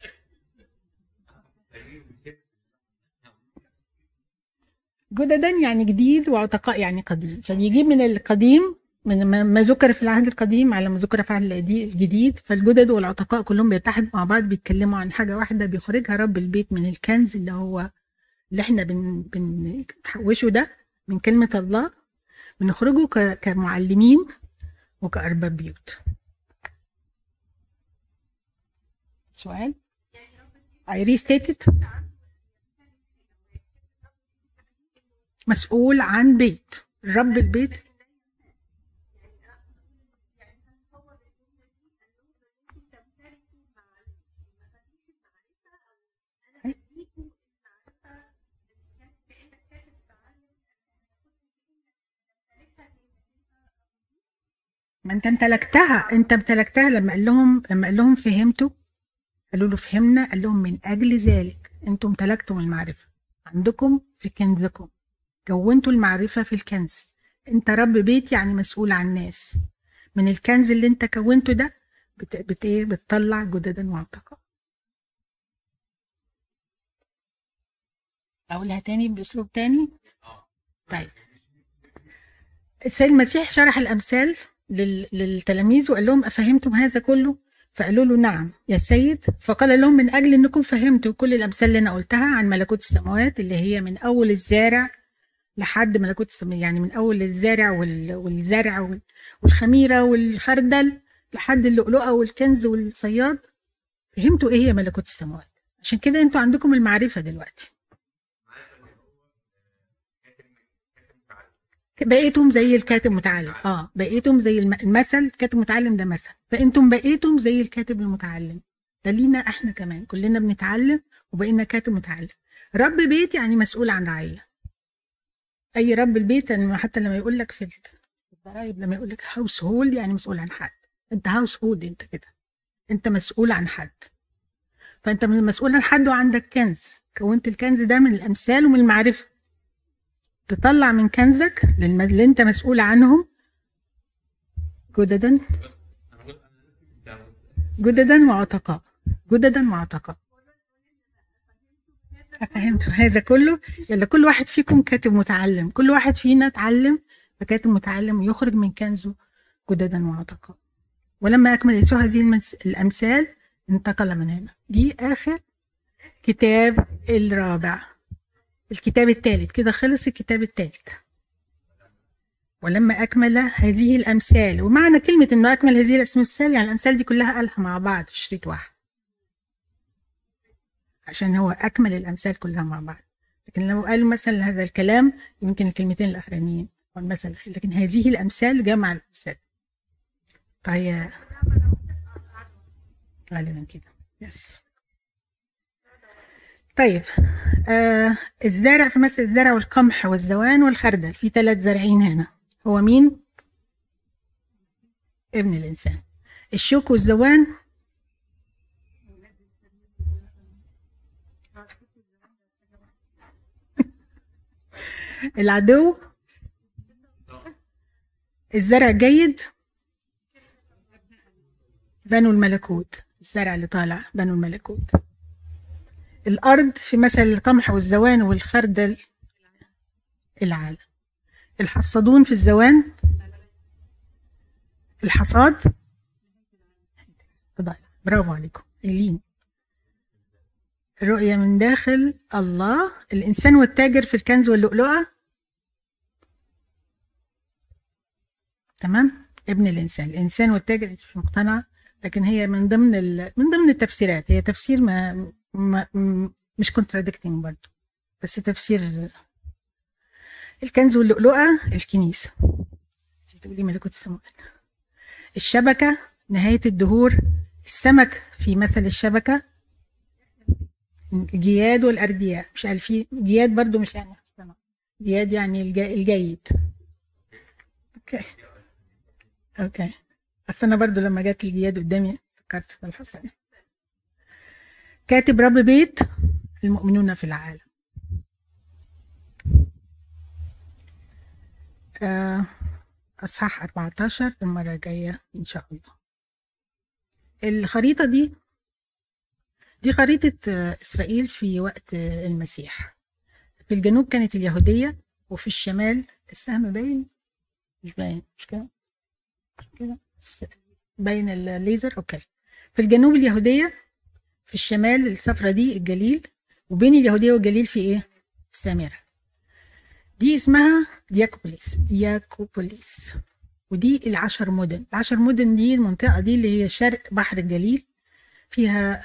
جددا يعني جديد، وعتقاء يعني قديم. فبيجيب من القديم، من ما ذكر في العهد القديم على ما ذكر في العهد الجديد. فالجدد والعتقاء كلهم بيتحدوا مع بعض، بيتكلموا عن حاجة واحدة، بيخرجها رب البيت من الكنز اللي احنا بنحوشه ده من كلمة الله، بنخرجه كمعلمين وكأرباب بيوت. سؤال؟ I restated. مسؤول عن بيت، رب البيت. ما انت امتلكتها لما قال لهم فهمتوا، قالوا له فهمنا، قال لهم من اجل ذلك انتم امتلكتم المعرفه، عندكم في كنزكم، كونتوا المعرفه في الكنز. انت رب بيت يعني مسؤول عن الناس، من الكنز اللي انت كونته ده بتطلع جددا وعتقاء. اقولها تاني باسلوب تاني. طيب، السيد المسيح شرح الامثال للتلاميذ وقال لهم: افهمتم هذا كله؟ فقالوا له نعم يا سيد. فقال لهم من أجل أنكم فهمتوا كل الأمثال اللي أنا قلتها عن ملكوت السماوات، اللي هي من أول الزارع لحد ملكوت السماوات، يعني من أول الزارع والزرع والخميرة والخردل لحد اللؤلؤة والكنز والصياد. فهمتوا إيه هي ملكوت السماوات، عشان كده أنتوا عندكم المعرفة دلوقتي. بقيتم زي الكاتب متعلم. بقيتم زي المثل، الكاتب متعلم ده مثل، فانتم بقيتم زي الكاتب المتعلم. ده لينا احنا كمان، كلنا بنتعلم وبقينا كاتب متعلم. رب بيت يعني مسؤول عن رعيه. اي رب البيت يعني حتى لما يقول لك في الضرايب، لما يقول لك هاوس هولد يعني مسؤول عن حد. انت هاوس هولد، انت كده انت مسؤول عن حد. فانت مسؤول عن حد وعندك كنز، كونت الكنز ده من الامثال ومن المعرفه. تطلع من كنزك اللي انت مسؤول عنهم جددا وعتقاء. جددا وعتقاء. فهمتوا هذا كله؟ يلا كل واحد فيكم كاتب متعلم، كل واحد فينا اتعلم فكاتب متعلم ويخرج من كنزه جددا وعتقاء. ولما أكمل يسوع هذه الأمثال انتقل من هنا. دي آخر كتاب الرابع. الكتاب الثالث كده خلص. الكتاب الثالث ولما أكمل هذه الأمثال. ومعنى كلمة إنه أكمل هذه الأمثال يعني الأمثال دي كلها قالها مع بعض في شريط واحد، عشان هو أكمل الأمثال كلها مع بعض. لكن لو قال مثلا هذا الكلام يمكن الكلمتين الأخرانيين والمثل الأخير، لكن هذه الأمثال جمع الأمثال. فهي غالبا كده. يس. طيب الزارع في مثل الزرع والقمح والزوان والخردل. في 3 زارعين هنا. هو مين؟ ابن الإنسان. الشوك والزوان العدو. الزرع الجيد بنو الملكوت. الزرع اللي طالع بنو الملكوت. الأرض في مثل القمح والزوان والخردل العالم. الحصادون في الزوان الحصاد. برافو عليكم إيلين. الرؤية من داخل الله. الإنسان والتاجر في الكنز واللؤلؤة. تمام. ابن الإنسان. الإنسان والتاجر مش مقتنع، لكن هي من ضمن التفسيرات. هي تفسير مش contradicting برضه، بس تفسير. الكنز واللؤلؤة الكنيسة. بتقولي ملكوت السماوات. الشبكة نهاية الدهور. السمك في مثل الشبكة. الجياد والأردياء. مش قال فيه جياد برضو؟ مش يعني جياد يعني الجيد. اوكي بس انا برضو لما جات الجياد قدامي فكرت في الحصان. كاتب رب بيت المؤمنون في العالم. اصحاح 14 المره الجايه ان شاء الله. الخريطه دي خريطه اسرائيل في وقت المسيح. في الجنوب كانت اليهوديه، وفي الشمال السهم باين مش باين، مش كده باين الليزر. اوكي. في الجنوب اليهوديه، في الشمال الصفرة دي الجليل، وبين اليهوديه والجليل في ايه؟ السامره. دي اسمها دياكوبوليس. ودي ال10 مدن. ال10 مدن دي المنطقه دي اللي هي شرق بحر الجليل، فيها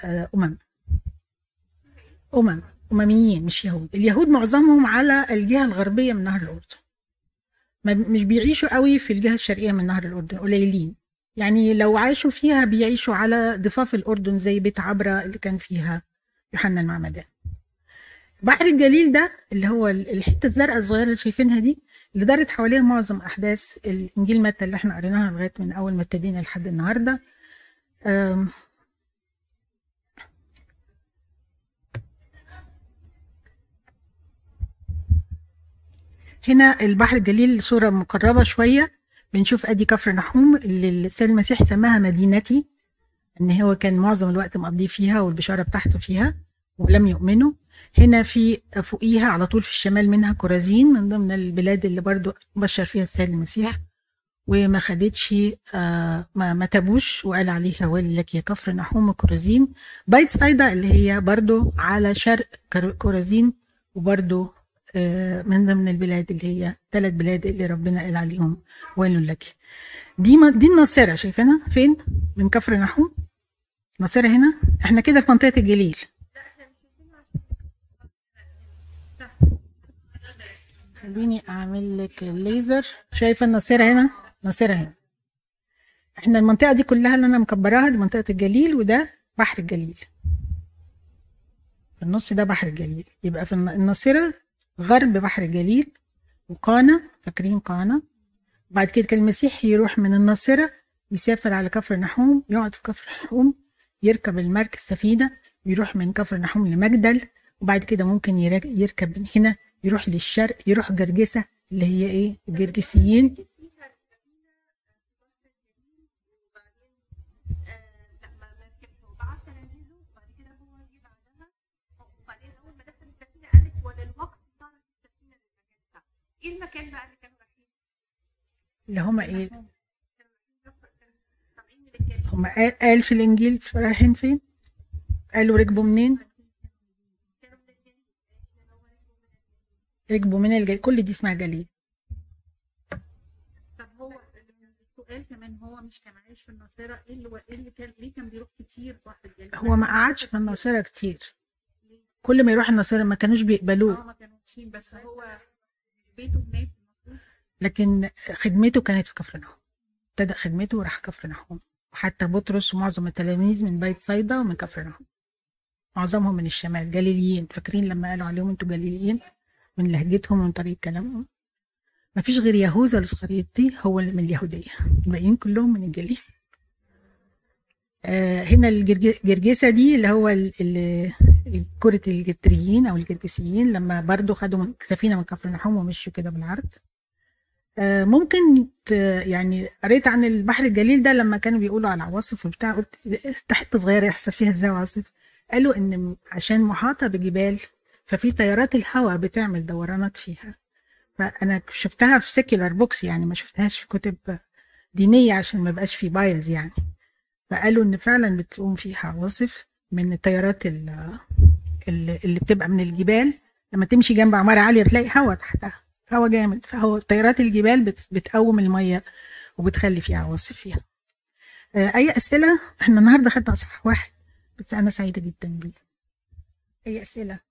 أمميين مش يهود. اليهود معظمهم على الجهة الغربية من نهر الأردن، مش بيعيشوا قوي في الجهة الشرقية من نهر الأردن، قليلين. يعني لو عاشوا فيها بيعيشوا على ضفاف الأردن زي بيت عبرة اللي كان فيها يوحنا المعمدان. بحر الجليل ده اللي هو الحتة الزرقاء الصغيرة اللي شايفينها دي، اللي دارت حواليها معظم أحداث الإنجيل متى اللي احنا قريناها لغاية من أول ما ابتدينا لحد النهاردة. هنا البحر الجليل صورة مقربة شوية. بنشوف ادي كفر نحوم اللي السيد المسيح سماها مدينتي، ان هو كان معظم الوقت مقضيه فيها والبشارة بتاعته فيها ولم يؤمنوا. هنا في فوقيها على طول في الشمال منها كورازين، من ضمن البلاد اللي برضو بشر فيها السيد المسيح. وما خدتش ما تابوش وقال عليها ويل لك يا كفر نحوم وكورزين. بيت صيدا اللي هي برضو على شرق كورزين، وبرضو من ضمن البلاد اللي هي 3 بلاد اللي ربنا قال عليهم ويل لك. دي الناصرة، شايفينها فين من كفر نحوم؟ الناصرة هنا، احنا كده في منطقة الجليل. خليني اعمل لك الليزر. شايفه الناصرة هنا؟ الناصرة هنا. احنا المنطقة دي كلها اللي انا مكبراها دي منطقة الجليل، وده بحر الجليل. في النص ده بحر الجليل، يبقى في الناصرة غرب بحر الجليل. وقانا، فاكرين قانا؟ بعد كده كان المسيح يروح من الناصرة يسافر على كفر نحوم، يقعد في كفر نحوم، يركب المركب السفينة، يروح من كفر نحوم لمجدل، وبعد كده ممكن يركب من هنا يروح للشرق، يروح جرجسة اللي هي ايه؟ الجرجسيين. ايه المكان بقى اللي كانوا رايحين؟ اللي هما ايه؟ هما قال في الانجيل رايحين فين؟ قالوا ركبوا منين؟ ركبوا من الجليل، كل دي اسمها جليل. طب هو السؤال كمان، هو مش كان عايش في الناصرة؟ ايه اللي كان ليه كان بيروح كتير بحر الجليل؟ هو ما قعدش في الناصرة كتير، كل ما يروح الناصرة ما كانوش بيقبلوه. ما كانوش، بس هو بيته هناك، لكن خدمته كانت في كفر نحوم. ابتدأ خدمته وراح كفر نحوم، وحتى بطرس ومعظم التلاميذ من بيت صيدا ومن كفر نحوم، معظمهم من الشمال جليليين. فاكرين لما قالوا عليهم انتوا جليليين؟ من لهجتهم ومن طريقة كلامهم. ما فيش غير يهوذا الاسخريوطي هو اللي من اليهودية، الباقيين كلهم من الجليل. هنا الجرجسة دي اللي هو كرة الجتريين او الجرجسيين، لما برضو خدوا سفينة من كفر نحوم ومشوا كده بالعرض. ممكن يعني قريت عن البحر الجليل ده لما كانوا بيقولوا على عواصف وبتاع، قلت حته صغيره يحصل فيها ازاي عواصف؟ قالوا ان عشان محاطه بجبال ففي تيارات الهواء بتعمل دورانات فيها. فانا شفتها في سيكولار بوكس، يعني ما شفتهاش في كتب دينيه عشان ما بقاش في بايز يعني. فقالوا ان فعلا بتقوم فيها عواصف من التيارات اللي بتبقى من الجبال. لما تمشي جنب عماره عاليه تلاقي هواء تحتها، هوا جامد. فهو تيارات الجبال بتقوم الميه وبتخلي فيها عواصف فيها. اي اسئله؟ احنا النهارده خدنا اصحاح 1 بس انا سعيده جدا بيه. اي اسئله؟